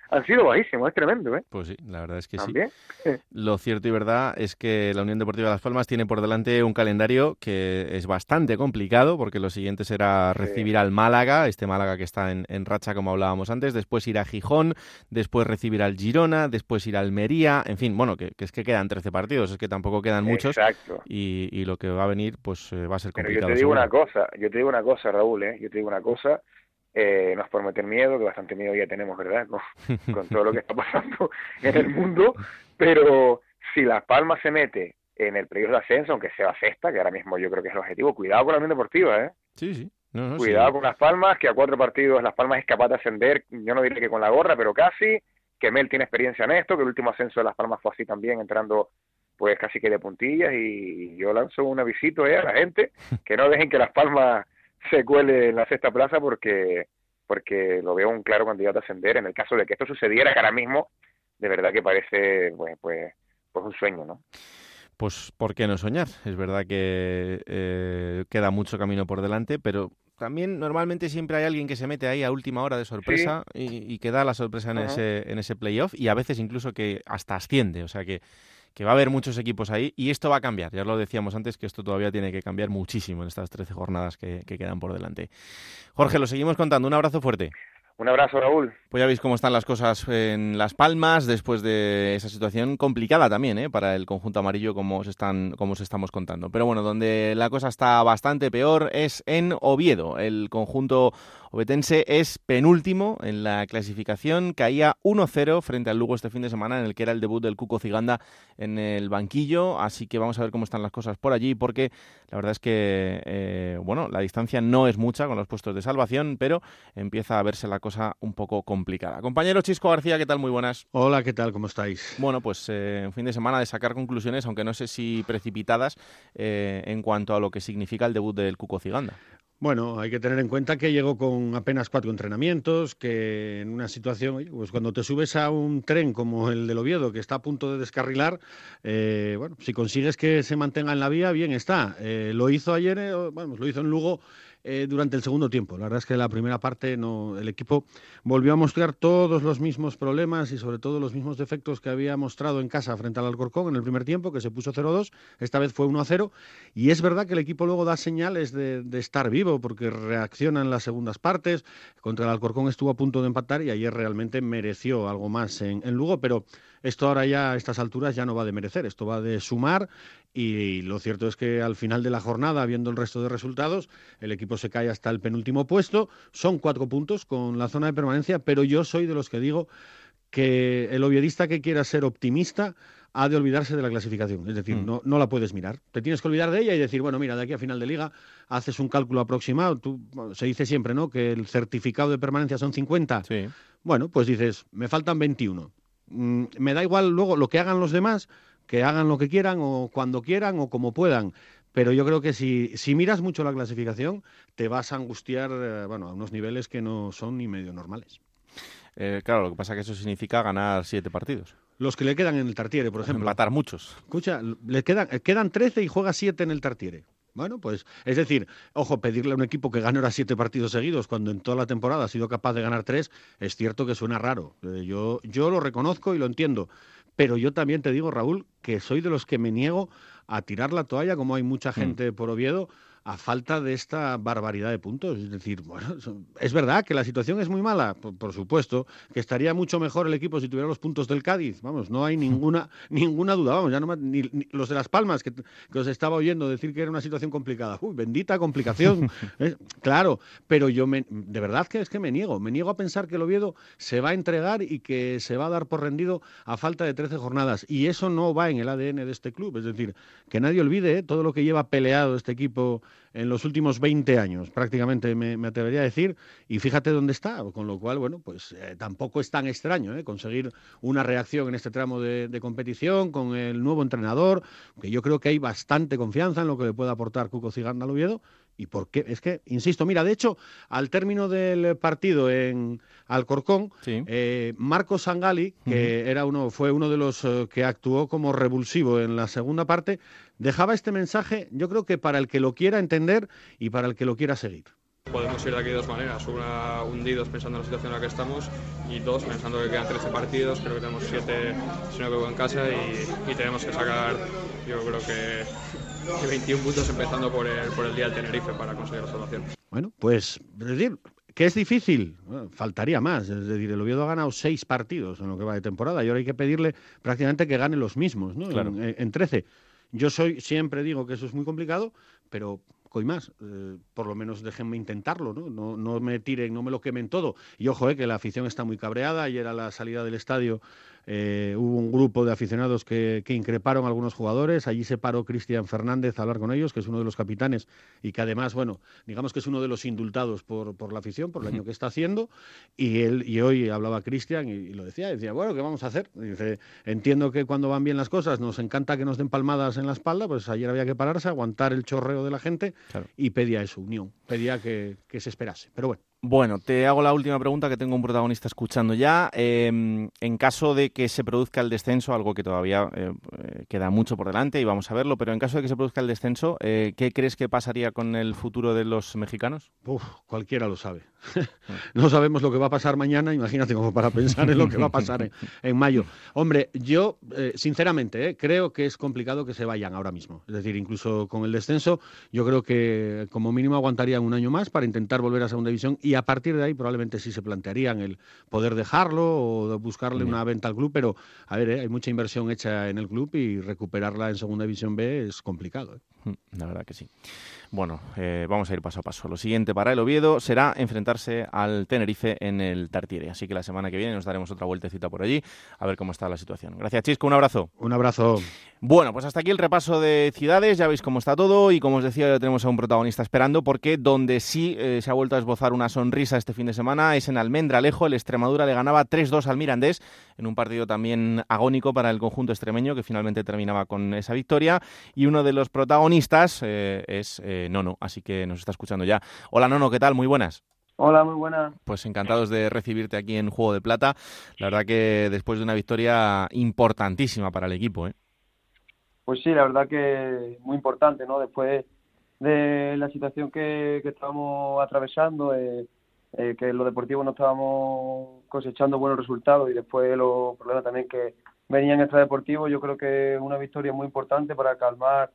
han sido bajísimos, es tremendo, ¿eh? Pues sí, la verdad es que ¿También? sí. Lo cierto y verdad es que la Unión Deportiva Las Palmas tiene por delante un calendario que es bastante complicado, porque lo siguiente será recibir sí. al Málaga, este Málaga que está en, en racha, como hablábamos antes, después ir a Gijón, después recibir al Girona, después ir a Almería, en fin, bueno, que, que es que quedan trece partidos, es que tampoco quedan muchos. Exacto. Y, y lo que va a venir, pues eh, va a ser complicado. Pero yo te digo seguro. una cosa, yo te digo una cosa, Raúl, ¿eh? Yo te digo una cosa... Eh, no es por meter miedo, que bastante miedo ya tenemos, ¿verdad? Con, con todo lo que está pasando en el mundo, pero si Las Palmas se mete en el playoff de ascenso, aunque sea sexta, que ahora mismo yo creo que es el objetivo, cuidado con la Unión Deportiva, ¿eh? Sí, sí. No, no, cuidado sí. con Las Palmas, que a cuatro partidos Las Palmas es capaz de ascender, yo no diré que con la gorra, pero casi, que Mel tiene experiencia en esto, que el último ascenso de Las Palmas fue así también, entrando pues casi que de puntillas, y yo lanzo un avisito eh, a la gente, que no dejen que Las Palmas se cuele en la sexta plaza, porque porque lo veo un claro candidato a ascender. En el caso de que esto sucediera, que ahora mismo de verdad que parece pues pues pues un sueño, ¿no? Pues ¿por qué no soñar? Es verdad que eh, queda mucho camino por delante, pero también normalmente siempre hay alguien que se mete ahí a última hora de sorpresa sí. y, y que da la sorpresa en uh-huh. ese en ese playoff, y a veces incluso que hasta asciende, o sea que que va a haber muchos equipos ahí, y esto va a cambiar. Ya os lo decíamos antes, que esto todavía tiene que cambiar muchísimo en estas trece jornadas que, que quedan por delante. Jorge, lo seguimos contando. Un abrazo fuerte. Un abrazo, Raúl. Pues ya veis cómo están las cosas en Las Palmas después de esa situación complicada también, ¿eh? Para el conjunto amarillo, como os, están, como os estamos contando. Pero bueno, donde la cosa está bastante peor es en Oviedo. El conjunto ovetense es penúltimo en la clasificación, caía uno cero frente al Lugo este fin de semana, en el que era el debut del Cuco Ciganda en el banquillo, así que vamos a ver cómo están las cosas por allí, porque la verdad es que eh, bueno, la distancia no es mucha con los puestos de salvación, pero empieza a verse la cosa un poco complicada. Compañero Chisco García, ¿qué tal? Muy buenas. Hola, ¿qué tal? ¿Cómo estáis? Bueno, pues eh, un fin de semana de sacar conclusiones, aunque no sé si precipitadas, eh, en cuanto a lo que significa el debut del Cuco Ciganda. Bueno, hay que tener en cuenta que llegó con apenas cuatro entrenamientos, que en una situación, pues cuando te subes a un tren como el del Oviedo, que está a punto de descarrilar, eh, bueno, si consigues que se mantenga en la vía, bien está. Eh, lo hizo ayer, eh, bueno, lo hizo en Lugo eh, durante el segundo tiempo. La verdad es que la primera parte no, el equipo volvió a mostrar todos los mismos problemas y sobre todo los mismos defectos que había mostrado en casa frente al Alcorcón en el primer tiempo, que se puso cero dos, esta vez fue uno a cero, y es verdad que el equipo luego da señales de, de estar vivo, porque reacciona en las segundas partes. Contra el Alcorcón estuvo a punto de empatar y ayer realmente mereció algo más en, en Lugo, pero esto ahora ya a estas alturas ya no va de merecer, esto va de sumar, y lo cierto es que al final de la jornada, viendo el resto de resultados, el equipo se cae hasta el penúltimo puesto, son cuatro puntos con la zona de permanencia, pero yo soy de los que digo que el oviedista que quiera ser optimista ha de olvidarse de la clasificación, es decir, mm. no, no la puedes mirar, te tienes que olvidar de ella y decir, bueno, mira, de aquí a final de liga haces un cálculo aproximado, tú, bueno, se dice siempre, ¿no?, que el certificado de permanencia son cincuenta, sí. Bueno, pues dices, me faltan veintiuno, mm, me da igual luego lo que hagan los demás, que hagan lo que quieran o cuando quieran o como puedan, pero yo creo que si, si miras mucho la clasificación te vas a angustiar, eh, bueno, a unos niveles que no son ni medio normales. Eh, claro, lo que pasa es que eso significa ganar siete partidos. Los que le quedan en el Tartiere, por ejemplo. Empatar muchos. Escucha, le quedan, quedan trece y juega siete en el Tartiere. Bueno, pues, es decir, ojo, pedirle a un equipo que gane ahora siete partidos seguidos cuando en toda la temporada ha sido capaz de ganar tres, es cierto que suena raro. Eh, yo, yo lo reconozco y lo entiendo. Pero yo también te digo, Raúl, que soy de los que me niego a tirar la toalla, como hay mucha gente mm. por Oviedo, a falta de esta barbaridad de puntos. Es decir, bueno, es verdad que la situación es muy mala, por, por supuesto, que estaría mucho mejor el equipo si tuviera los puntos del Cádiz, vamos, no hay ninguna ninguna duda, vamos, ya no más, ni, ni los de Las Palmas, que, que os estaba oyendo decir que era una situación complicada. Uy, bendita complicación. ¿eh? Claro, pero yo me, de verdad que es que me niego, me niego a pensar que el Oviedo se va a entregar y que se va a dar por rendido a falta de trece jornadas, y eso no va en el A D N de este club, es decir, que nadie olvide ¿eh? todo lo que lleva peleado este equipo en los últimos veinte años, prácticamente me, me atrevería a decir, y fíjate dónde está, con lo cual, bueno, pues eh, tampoco es tan extraño ¿eh? conseguir una reacción en este tramo de, de competición con el nuevo entrenador, que yo creo que hay bastante confianza en lo que le puede aportar Cuco Ciganda al Oviedo. ¿Y por qué? Es que, insisto, mira, de hecho, al término del partido en Alcorcón, sí. eh, Marco Sangali, que uh-huh. era uno, fue uno de los uh, que actuó como revulsivo en la segunda parte, dejaba este mensaje, yo creo que para el que lo quiera entender y para el que lo quiera seguir. Podemos ir de aquí de dos maneras, una hundidos pensando en la situación en la que estamos y dos pensando que quedan trece partidos, creo que tenemos siete si no me equivoco en casa y, y tenemos que sacar, yo creo que, que veintiún puntos empezando por el, por el día del Tenerife para conseguir la salvación. Bueno, pues es decir, que es difícil, bueno, faltaría más, es decir, el Oviedo ha ganado seis partidos en lo que va de temporada y ahora hay que pedirle prácticamente que gane los mismos, ¿no? Claro. En, en trece. Yo soy siempre digo que eso es muy complicado, pero hoy más, eh, por lo menos déjenme intentarlo, ¿no? No, no me tiren, no me lo quemen todo. Y ojo, eh, que la afición está muy cabreada. Ayer a la salida del estadio eh, hubo un grupo de aficionados que, que increparon a algunos jugadores. Allí se paró Cristian Fernández a hablar con ellos, que es uno de los capitanes y que además, bueno, digamos que es uno de los indultados por, por la afición, por el año que está haciendo. Y él y hoy hablaba Cristian y, y lo decía, decía, bueno, ¿qué vamos a hacer? Y dice, entiendo que cuando van bien las cosas nos encanta que nos den palmadas en la espalda, pues ayer había que pararse, aguantar el chorreo de la gente. Claro. Y pedía eso, unión, pedía que, que se esperase. Pero bueno. Bueno, te hago la última pregunta, que tengo un protagonista escuchando ya. Eh, en caso de que se produzca el descenso, algo que todavía eh, queda mucho por delante y vamos a verlo, pero en caso de que se produzca el descenso, eh, ¿qué crees que pasaría con el futuro de los mexicanos? Uf, cualquiera lo sabe. No sabemos lo que va a pasar mañana, imagínate como para pensar en lo que va a pasar en, en mayo. Hombre, yo eh, sinceramente eh, creo que es complicado que se vayan ahora mismo. Es decir, incluso con el descenso, yo creo que como mínimo aguantarían un año más para intentar volver a segunda división y a partir de ahí probablemente sí se plantearían el poder dejarlo o buscarle una venta al club, pero a ver, eh, hay mucha inversión hecha en el club y recuperarla en segunda división B es complicado. ¿eh? La verdad que sí. Bueno, eh, vamos a ir paso a paso. Lo siguiente para el Oviedo será enfrentarse al Tenerife en el Tartiere. Así que la semana que viene nos daremos otra vueltecita por allí a ver cómo está la situación. Gracias, Chisco. Un abrazo. Un abrazo. Bueno, pues hasta aquí el repaso de ciudades. Ya veis cómo está todo y como os decía, ya tenemos a un protagonista esperando porque donde sí eh, se ha vuelto a esbozar una sonrisa este fin de semana es en Almendralejo. El Extremadura le ganaba tres dos al Mirandés en un partido también agónico para el conjunto extremeño que finalmente terminaba con esa victoria y uno de los protagonistas eh, es eh, Nono, así que nos está escuchando ya. Hola Nono, ¿qué tal? Muy buenas. Hola, muy buenas. Pues encantados de recibirte aquí en Juego de Plata. La verdad que después de una victoria importantísima para el equipo, ¿eh? Pues sí, la verdad que muy importante, ¿no? Después de la situación que, que estábamos atravesando, eh, eh, que en lo deportivo no estábamos cosechando buenos resultados y después los problemas también que venían extradeportivos, yo creo que es una victoria muy importante para calmar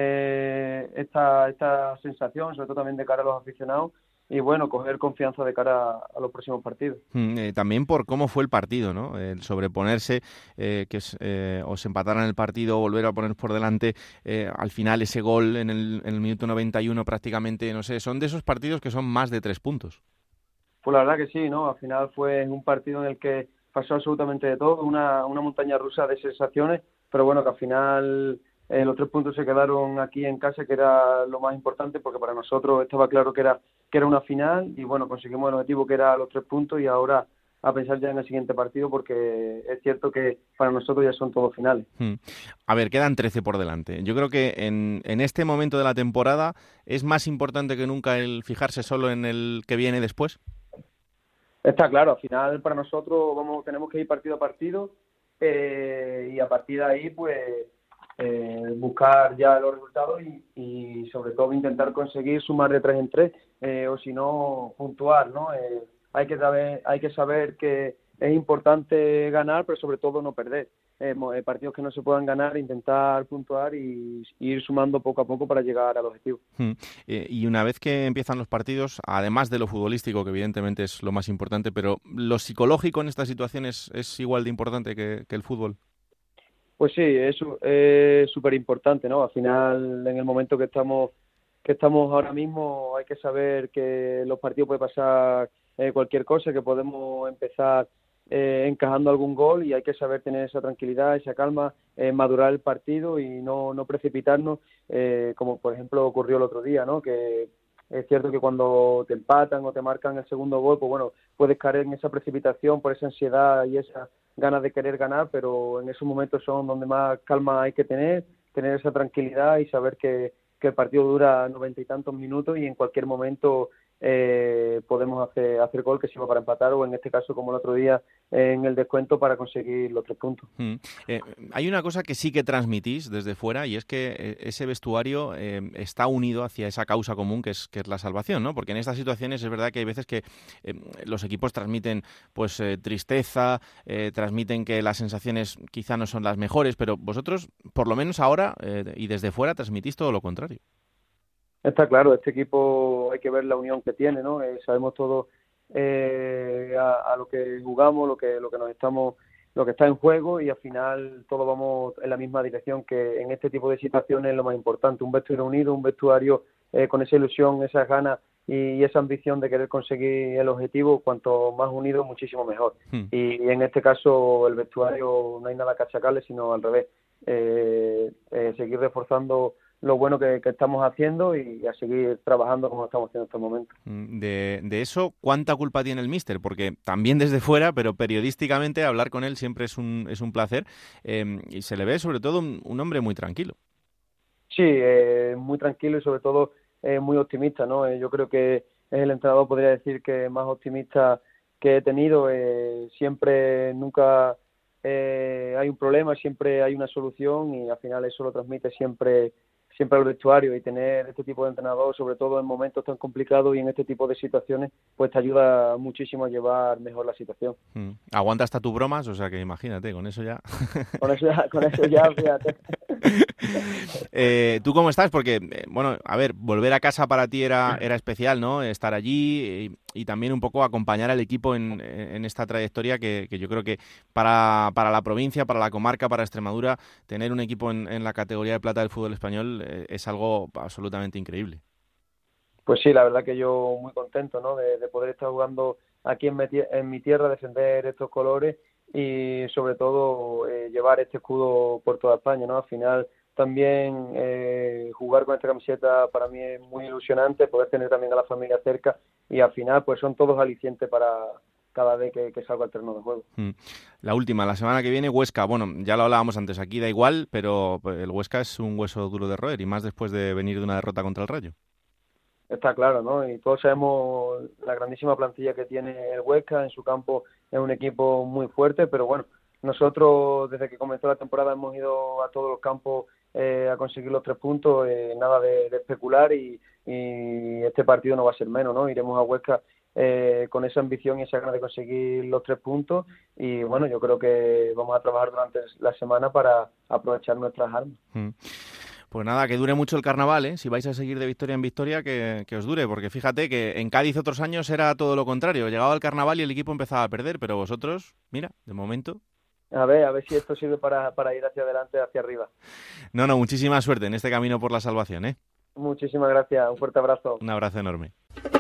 eh, esta, esta sensación, sobre todo también de cara a los aficionados, y bueno, coger confianza de cara a, a los próximos partidos. Mm, eh, también por cómo fue el partido, ¿no? El sobreponerse, eh, que eh, os empataran el partido, volver a poner por delante, eh, al final ese gol en el, en el minuto noventa y uno prácticamente, no sé, son de esos partidos que son más de tres puntos. Pues la verdad que sí, ¿no? Al final fue un partido en el que pasó absolutamente de todo, una, una montaña rusa de sensaciones, pero bueno, que al final eh, los tres puntos se quedaron aquí en casa, que era lo más importante, porque para nosotros estaba claro que era que era una final y bueno, conseguimos el objetivo que era los tres puntos y ahora a pensar ya en el siguiente partido porque es cierto que para nosotros ya son todos finales. Hmm. A ver, quedan trece por delante. Yo creo que en, en este momento de la temporada es más importante que nunca el fijarse solo en el que viene después. Está claro, al final para nosotros vamos tenemos que ir partido a partido eh, y a partir de ahí pues eh, buscar ya los resultados y, y sobre todo intentar conseguir sumar de tres en tres eh, o si no puntuar, ¿no? Eh, hay que saber hay que saber que es importante ganar, pero sobre todo no perder. Eh, partidos que no se puedan ganar, intentar puntuar y, y ir sumando poco a poco para llegar al objetivo. Hmm. Eh, y una vez que empiezan los partidos, además de lo futbolístico, que evidentemente es lo más importante, pero lo psicológico en estas situaciones es igual de importante que, que el fútbol. Pues sí, es súper importante, ¿no? Al final, en el momento que estamos que estamos ahora mismo, hay que saber que los partidos puede pasar eh, cualquier cosa, que podemos empezar Eh, encajando algún gol y hay que saber tener esa tranquilidad, esa calma, eh, madurar el partido y no, no precipitarnos, eh, como por ejemplo ocurrió el otro día, ¿no? Que es cierto que cuando te empatan o te marcan el segundo gol, pues bueno, puedes caer en esa precipitación por esa ansiedad y esa ganas de querer ganar, pero en esos momentos son donde más calma hay que tener, tener esa tranquilidad y saber que, que el partido dura noventa y tantos minutos y en cualquier momento eh, podemos hacer, hacer gol que sirva para empatar, o en este caso, como el otro día, eh, en el descuento, para conseguir los tres puntos. Mm. Eh, hay una cosa que sí que transmitís desde fuera, y es que ese vestuario eh, está unido hacia esa causa común que es, que es la salvación, ¿no? Porque en estas situaciones es verdad que hay veces que eh, los equipos transmiten pues eh, tristeza, eh, transmiten que las sensaciones quizá no son las mejores, pero vosotros, por lo menos ahora, eh, y desde fuera, transmitís todo lo contrario. Está claro, este equipo hay que ver la unión que tiene, ¿no? Eh, sabemos todos eh, a, a lo que jugamos, lo que lo que nos estamos, lo que está en juego, y al final todos vamos en la misma dirección, que en este tipo de situaciones es lo más importante. Un vestuario unido, un vestuario eh, con esa ilusión, esas ganas y, y esa ambición de querer conseguir el objetivo. Cuanto más unido, muchísimo mejor. Hmm. Y, y en este caso el vestuario no hay nada que achacarle, sino al revés, eh, eh, seguir reforzando lo bueno que, que estamos haciendo y a seguir trabajando como estamos haciendo en estos momentos. De, de eso, ¿cuánta culpa tiene el míster? Porque también desde fuera, pero periodísticamente, hablar con él siempre es un, es un placer, eh, y se le ve sobre todo un, un hombre muy tranquilo. Sí, eh, muy tranquilo y sobre todo eh, muy optimista, ¿no? Eh, yo creo que es el entrenador, podría decir, que más optimista que he tenido. Eh, siempre, nunca eh, hay un problema, siempre hay una solución, y al final eso lo transmite siempre siempre al vestuario, y tener este tipo de entrenador, sobre todo en momentos tan complicados y en este tipo de situaciones, pues te ayuda muchísimo a llevar mejor la situación. Mm. Aguanta hasta tus bromas, o sea que imagínate, con eso ya... Con eso ya, con eso ya, fíjate. eh, ¿Tú cómo estás? Porque, eh, bueno, a ver, volver a casa para ti era, era especial, ¿no? Estar allí y, y también un poco acompañar al equipo en, en esta trayectoria que, que yo creo que para, para la provincia, para la comarca, para Extremadura, tener un equipo en, en la categoría de plata del fútbol español es algo absolutamente increíble. Pues sí, la verdad que yo muy contento, ¿no? De, de poder estar jugando aquí en mi, en mi tierra, defender estos colores y sobre todo eh, llevar este escudo por toda España, ¿no? Al final también eh, jugar con esta camiseta para mí es muy ilusionante, poder tener también a la familia cerca, y al final pues son todos alicientes para cada vez que, que salga el terreno de juego. La última, la semana que viene, Huesca. Bueno, ya lo hablábamos antes, aquí da igual, pero el Huesca es un hueso duro de roer, y más después de venir de una derrota contra el Rayo. Está claro, ¿no? Y todos sabemos la grandísima plantilla que tiene el Huesca. En su campo es un equipo muy fuerte, pero bueno, nosotros desde que comenzó la temporada hemos ido a todos los campos eh, a conseguir los tres puntos, eh, nada de, de especular, y, y este partido no va a ser menos, ¿no? Iremos a Huesca Eh, con esa ambición y esa gana de conseguir los tres puntos, y bueno, yo creo que vamos a trabajar durante la semana para aprovechar nuestras armas. Mm. Pues nada, que dure mucho el carnaval, ¿eh? Si vais a seguir de victoria en victoria, que, que os dure, porque fíjate que en Cádiz otros años era todo lo contrario, llegaba el carnaval y el equipo empezaba a perder, pero vosotros, mira, de momento... A ver, a ver si esto sirve para, para ir hacia adelante, hacia arriba. No, no, muchísima suerte en este camino por la salvación, ¿eh? Muchísimas gracias, un fuerte abrazo. Un abrazo enorme.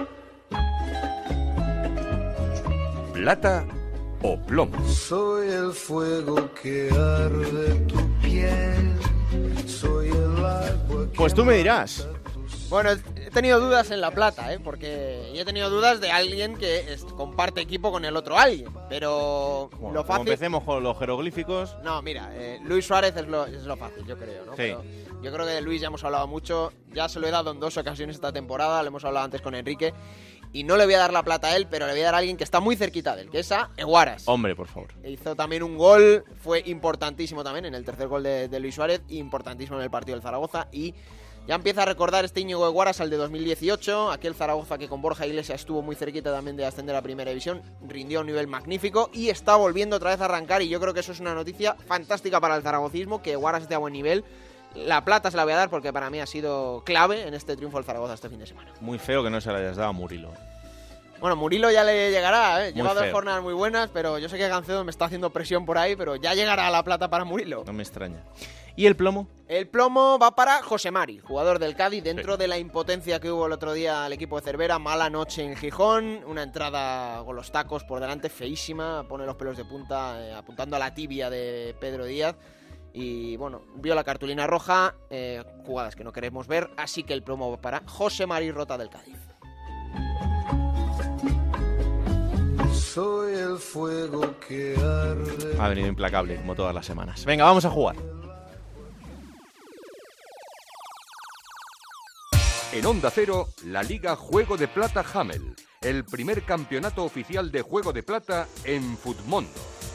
¿Plata o plomo? Soy el fuego que arde tu piel. Soy el agua que... Pues tú me dirás. Bueno, he tenido dudas en la plata, ¿eh? Porque yo he tenido dudas de alguien que es, comparte equipo con el otro alguien, pero bueno, lo fácil... Empecemos con los jeroglíficos. No, mira, eh, Luis Suárez es lo, es lo fácil, yo creo, ¿no? Sí. Pero yo creo que de Luis ya hemos hablado mucho, ya se lo he dado en dos ocasiones esta temporada, lo hemos hablado antes con Enrique, y no le voy a dar la plata a él, pero le voy a dar a alguien que está muy cerquita de él, que es a Eguaras. Hombre, por favor. Hizo también un gol, fue importantísimo también en el tercer gol de, de Luis Suárez, importantísimo en el partido del Zaragoza, y ya empieza a recordar este Íñigo Eguaras al de dos mil dieciocho, aquel Zaragoza que con Borja Iglesias estuvo muy cerquita también de ascender a Primera División, rindió a un nivel magnífico y está volviendo otra vez a arrancar, y yo creo que eso es una noticia fantástica para el zaragocismo, que Eguaras esté a buen nivel. La plata se la voy a dar porque para mí ha sido clave en este triunfo del Zaragoza este fin de semana. Muy feo que no se la hayas dado a Murilo. Bueno, Murilo ya le llegará, ¿eh? Lleva Muy dos feo. jornadas muy buenas, pero yo sé que Gancedo me está haciendo presión por ahí, pero ya llegará la plata para Murilo. No me extraña. ¿Y el plomo? El plomo va para José Mari, jugador del Cádiz, dentro sí. de la impotencia que hubo el otro día al equipo de Cervera. Mala noche en Gijón, una entrada con los tacos por delante feísima, pone los pelos de punta, eh, apuntando a la tibia de Pedro Díaz. Y bueno, vio la cartulina roja, eh, jugadas que no queremos ver, así que el plomo va para José Mari Rota del Cádiz. Soy el fuego que arde. Ha venido implacable, como todas las semanas. Venga, vamos a jugar. En Onda Cero, la Liga Juego de Plata Hamel, el primer campeonato oficial de Juego de Plata en Futmundo.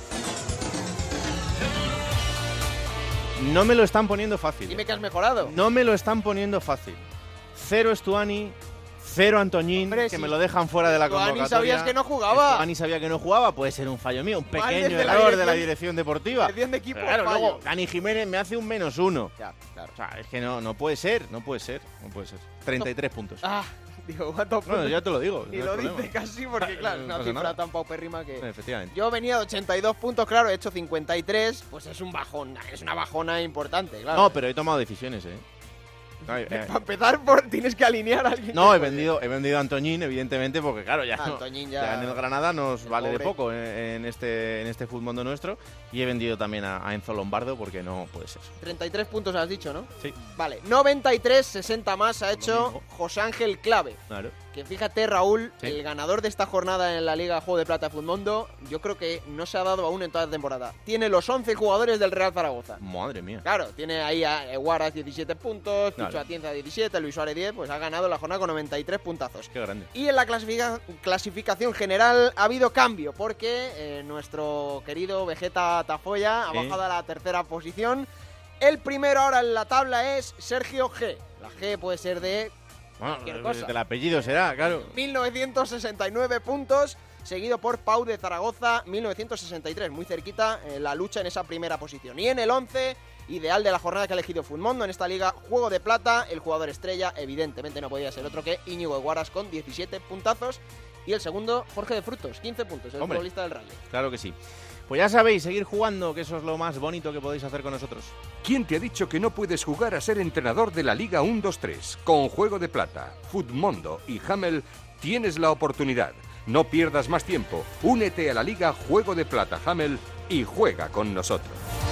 No me lo están poniendo fácil. Dime que has mejorado. No me lo están poniendo fácil. Cero Estuani, cero Antoñín, Hombre, que sí. me lo dejan fuera de la Estuani convocatoria. sabías que no jugaba. Estuani sabía que no jugaba, puede ser un fallo mío, un pequeño error la de la dirección deportiva. Dirección de equipo, claro, fallo. luego Dani Jiménez me hace un menos uno. Ya, claro. O sea, es que no, no puede ser, no puede ser, no puede ser. treinta y tres no. puntos. Ah, digo, ¿cuántos Bueno, ya te lo digo. Y no lo problema. dice casi porque, claro, no una pasa cifra nada. tan paupérrima que... Efectivamente. Yo venía de ochenta y dos puntos, claro, he hecho cincuenta y tres, pues es un bajón, es una bajona importante, claro. No, pero he tomado decisiones, ¿eh? Ay, eh. Para empezar, por, tienes que alinear a alguien. No, he vendido, he vendido a Antoñín, evidentemente, porque claro, ya, ah, no, Antoñín ya, ya en el Granada nos vale pobre. de poco en, en este en este Futmundo nuestro. Y he vendido también a, a Enzo Lombardo porque no puede ser. treinta y tres puntos has dicho, ¿no? Sí. Vale, noventa y tres, sesenta más ha hecho José Ángel Clave. Claro. Que fíjate, Raúl, Sí. el ganador de esta jornada en la Liga Juego de Plata Futmundo, yo creo que no se ha dado aún en toda la temporada. Tiene los once jugadores del Real Zaragoza. Madre mía. Claro, tiene ahí a Eguaras diecisiete puntos, Picho Claro. Atienza diecisiete, Luis Suárez diez, pues ha ganado la jornada con noventa y tres puntazos. Qué grande. Y en la clasifica- clasificación general ha habido cambio, porque eh, nuestro querido Vegeta Tafoya ha Sí. bajado a la tercera posición. El primero ahora en la tabla es Sergio G. La G puede ser de Bueno, cualquier cosa. del apellido será, claro. mil novecientos sesenta y nueve puntos, seguido por Pau de Zaragoza, mil novecientos sesenta y tres, muy cerquita eh, la lucha en esa primera posición. Y en el once, ideal de la jornada que ha elegido Futmundo en esta liga, Juego de Plata, el jugador estrella, evidentemente no podía ser otro que Íñigo Eguaras con diecisiete puntazos. Y el segundo, Jorge de Frutos, quince puntos, el Hombre. futbolista del Rayo. Claro que sí. Pues ya sabéis, seguir jugando, que eso es lo más bonito que podéis hacer con nosotros. ¿Quién te ha dicho que no puedes jugar a ser entrenador de la Liga uno dos tres? Con Juego de Plata, Futmundo y Hamel tienes la oportunidad. No pierdas más tiempo. Únete a la Liga Juego de Plata Hamel y juega con nosotros.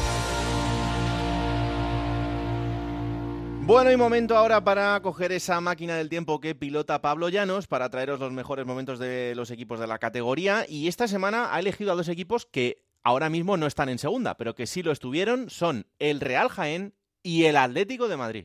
Bueno, y momento ahora para coger esa máquina del tiempo que pilota Pablo Llanos para traeros los mejores momentos de los equipos de la categoría. Y esta semana ha elegido a dos equipos que ahora mismo no están en segunda, pero que sí lo estuvieron. Son el Real Jaén y el Atlético de Madrid.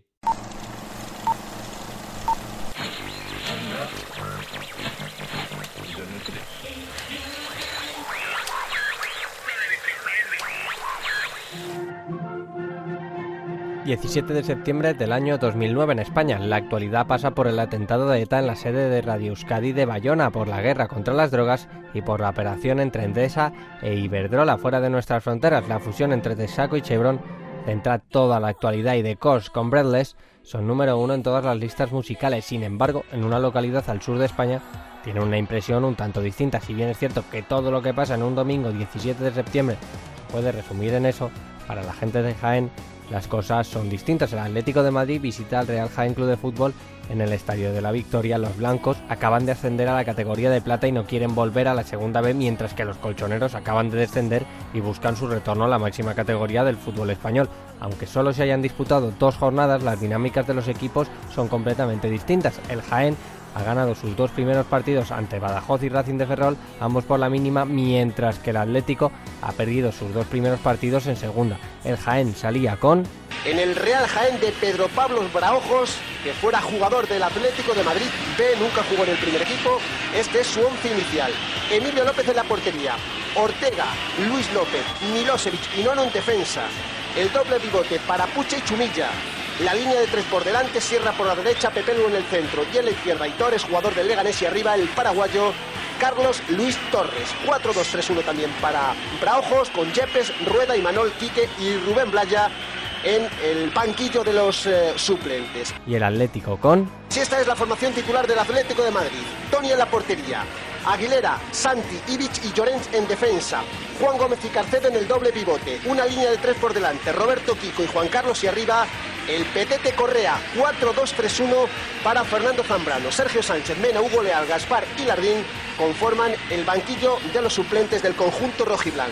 diecisiete de septiembre del año dos mil nueve en España. La actualidad pasa por el atentado de ETA en la sede de Radio Euskadi de Bayona, por la guerra contra las drogas y por la operación entre Endesa e Iberdrola fuera de nuestras fronteras. La fusión entre Texaco y Chevron centra toda la actualidad y The Cause con Breathless son número uno en todas las listas musicales. Sin embargo, en una localidad al sur de España tiene una impresión un tanto distinta. Si bien es cierto que todo lo que pasa en un domingo diecisiete de septiembre puede resumir en eso, para la gente de Jaén las cosas son distintas. El Atlético de Madrid visita al Real Jaén Club de Fútbol en el Estadio de la Victoria. Los blancos acaban de ascender a la categoría de plata y no quieren volver a la segunda B, mientras que los colchoneros acaban de descender y buscan su retorno a la máxima categoría del fútbol español. Aunque solo se hayan disputado dos jornadas, las dinámicas de los equipos son completamente distintas. El Jaén ha ganado sus dos primeros partidos ante Badajoz y Racing de Ferrol, ambos por la mínima, mientras que el Atlético ha perdido sus dos primeros partidos en segunda. El Jaén salía con... En el Real Jaén de Pedro Pablo Braojos, que fuera jugador del Atlético de Madrid B, nunca jugó en el primer equipo, este es su once inicial. Emilio López en la portería, Ortega, Luis López, Milosevic y Nono en defensa. El doble pivote para Puche y Chumilla. La línea de tres por delante, Sierra por la derecha, Pepe Lu en el centro y en la izquierda Aitores, jugador del Leganés, y arriba el paraguayo Carlos Luis Torres. cuatro dos tres uno también para Braojos, con Yepes, Rueda, Imanol, Quique y Rubén Blaya en el banquillo de los eh, suplentes. Y el Atlético con... Si esta es la formación titular del Atlético de Madrid, Toni en la portería, Aguilera, Santi, Ivic y Llorens en defensa, Juan Gómez y Carcedo en el doble pivote, una línea de tres por delante, Roberto Kiko y Juan Carlos, y arriba el Petete Correa. Cuatro dos tres uno para Fernando Zambrano, Sergio Sánchez, Mena, Hugo Leal, Gaspar y Lardín conforman el banquillo de los suplentes del conjunto rojiblanco.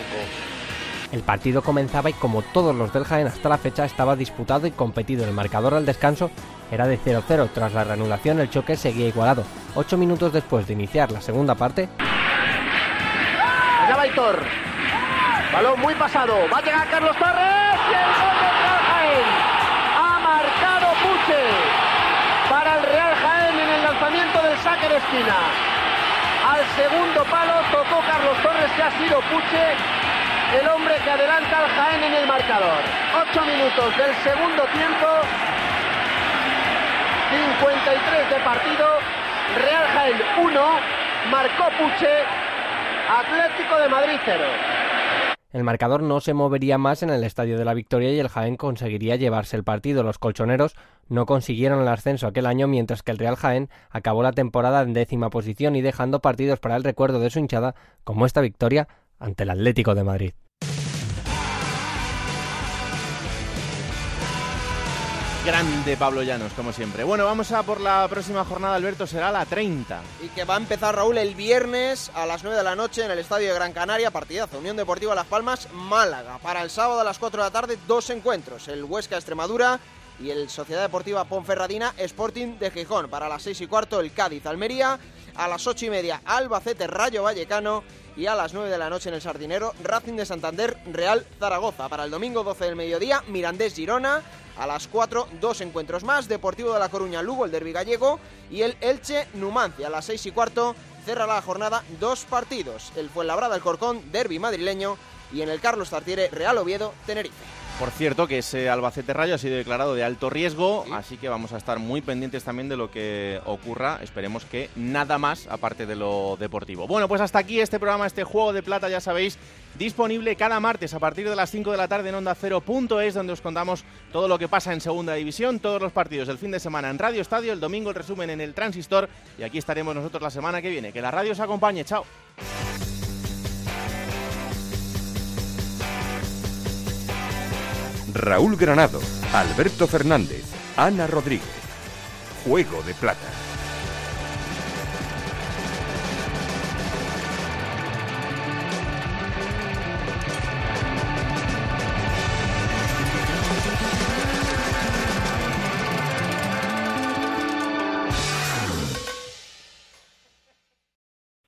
El partido comenzaba y, como todos los del Jaén hasta la fecha, estaba disputado y competido. El marcador al descanso era de cero cero. Tras la reanudación, el choque seguía igualado. Ocho minutos después de iniciar la segunda parte... Allá va Aitor. Balón muy pasado. Va a llegar Carlos Torres y el gol del Real Jaén. Ha marcado Puche para el Real Jaén. saque de esquina. Al segundo palo tocó Carlos Torres, que ha sido Puche el hombre que adelanta al Jaén en el marcador. Ocho minutos del segundo tiempo, cincuenta y tres de partido, Real Jaén uno, marcó Puche, Atlético de Madrid cero. El marcador no se movería más en el Estadio de la Victoria y el Jaén conseguiría llevarse el partido. Los colchoneros no consiguieron el ascenso aquel año, mientras que el Real Jaén acabó la temporada en décima posición y dejando partidos para el recuerdo de su hinchada, como esta victoria ante el Atlético de Madrid. Grande Pablo Llanos, como siempre. Bueno, vamos a por la próxima jornada, Alberto, será la treinta. Y que va a empezar, Raúl, el viernes a las nueve de la noche en el Estadio de Gran Canaria, partidazo, Unión Deportiva Las Palmas, Málaga. Para el sábado a las cuatro de la tarde, dos encuentros, el Huesca Extremadura y el Sociedad Deportiva Ponferradina Sporting de Gijón. Para las seis y cuarto, el Cádiz Almería, a las ocho y media, Albacete Rayo Vallecano, y a las nueve de la noche en el Sardinero, Racing de Santander Real Zaragoza. Para el domingo doce del mediodía, Mirandés Girona. A las cuatro, dos encuentros más, Deportivo de La Coruña Lugo, el derbi gallego, y el Elche Numancia. A las seis y cuarto cerra la jornada dos partidos, el Fuenlabrada Alcorcón, derbi madrileño, y en el Carlos Tartiere Real Oviedo Tenerife. Por cierto, que ese Albacete Rayo ha sido declarado de alto riesgo, sí. Así que vamos a estar muy pendientes también de lo que ocurra. Esperemos que nada más aparte de lo deportivo. Bueno, pues hasta aquí este programa, este Juego de Plata, ya sabéis, disponible cada martes a partir de las cinco de la tarde en onda cero punto es, donde os contamos todo lo que pasa en Segunda División, todos los partidos del fin de semana en Radio Estadio, el domingo el resumen en el Transistor, y aquí estaremos nosotros la semana que viene. Que la radio os acompañe. Chao. Raúl Granado, Alberto Fernández, Ana Rodríguez. Juego de Plata.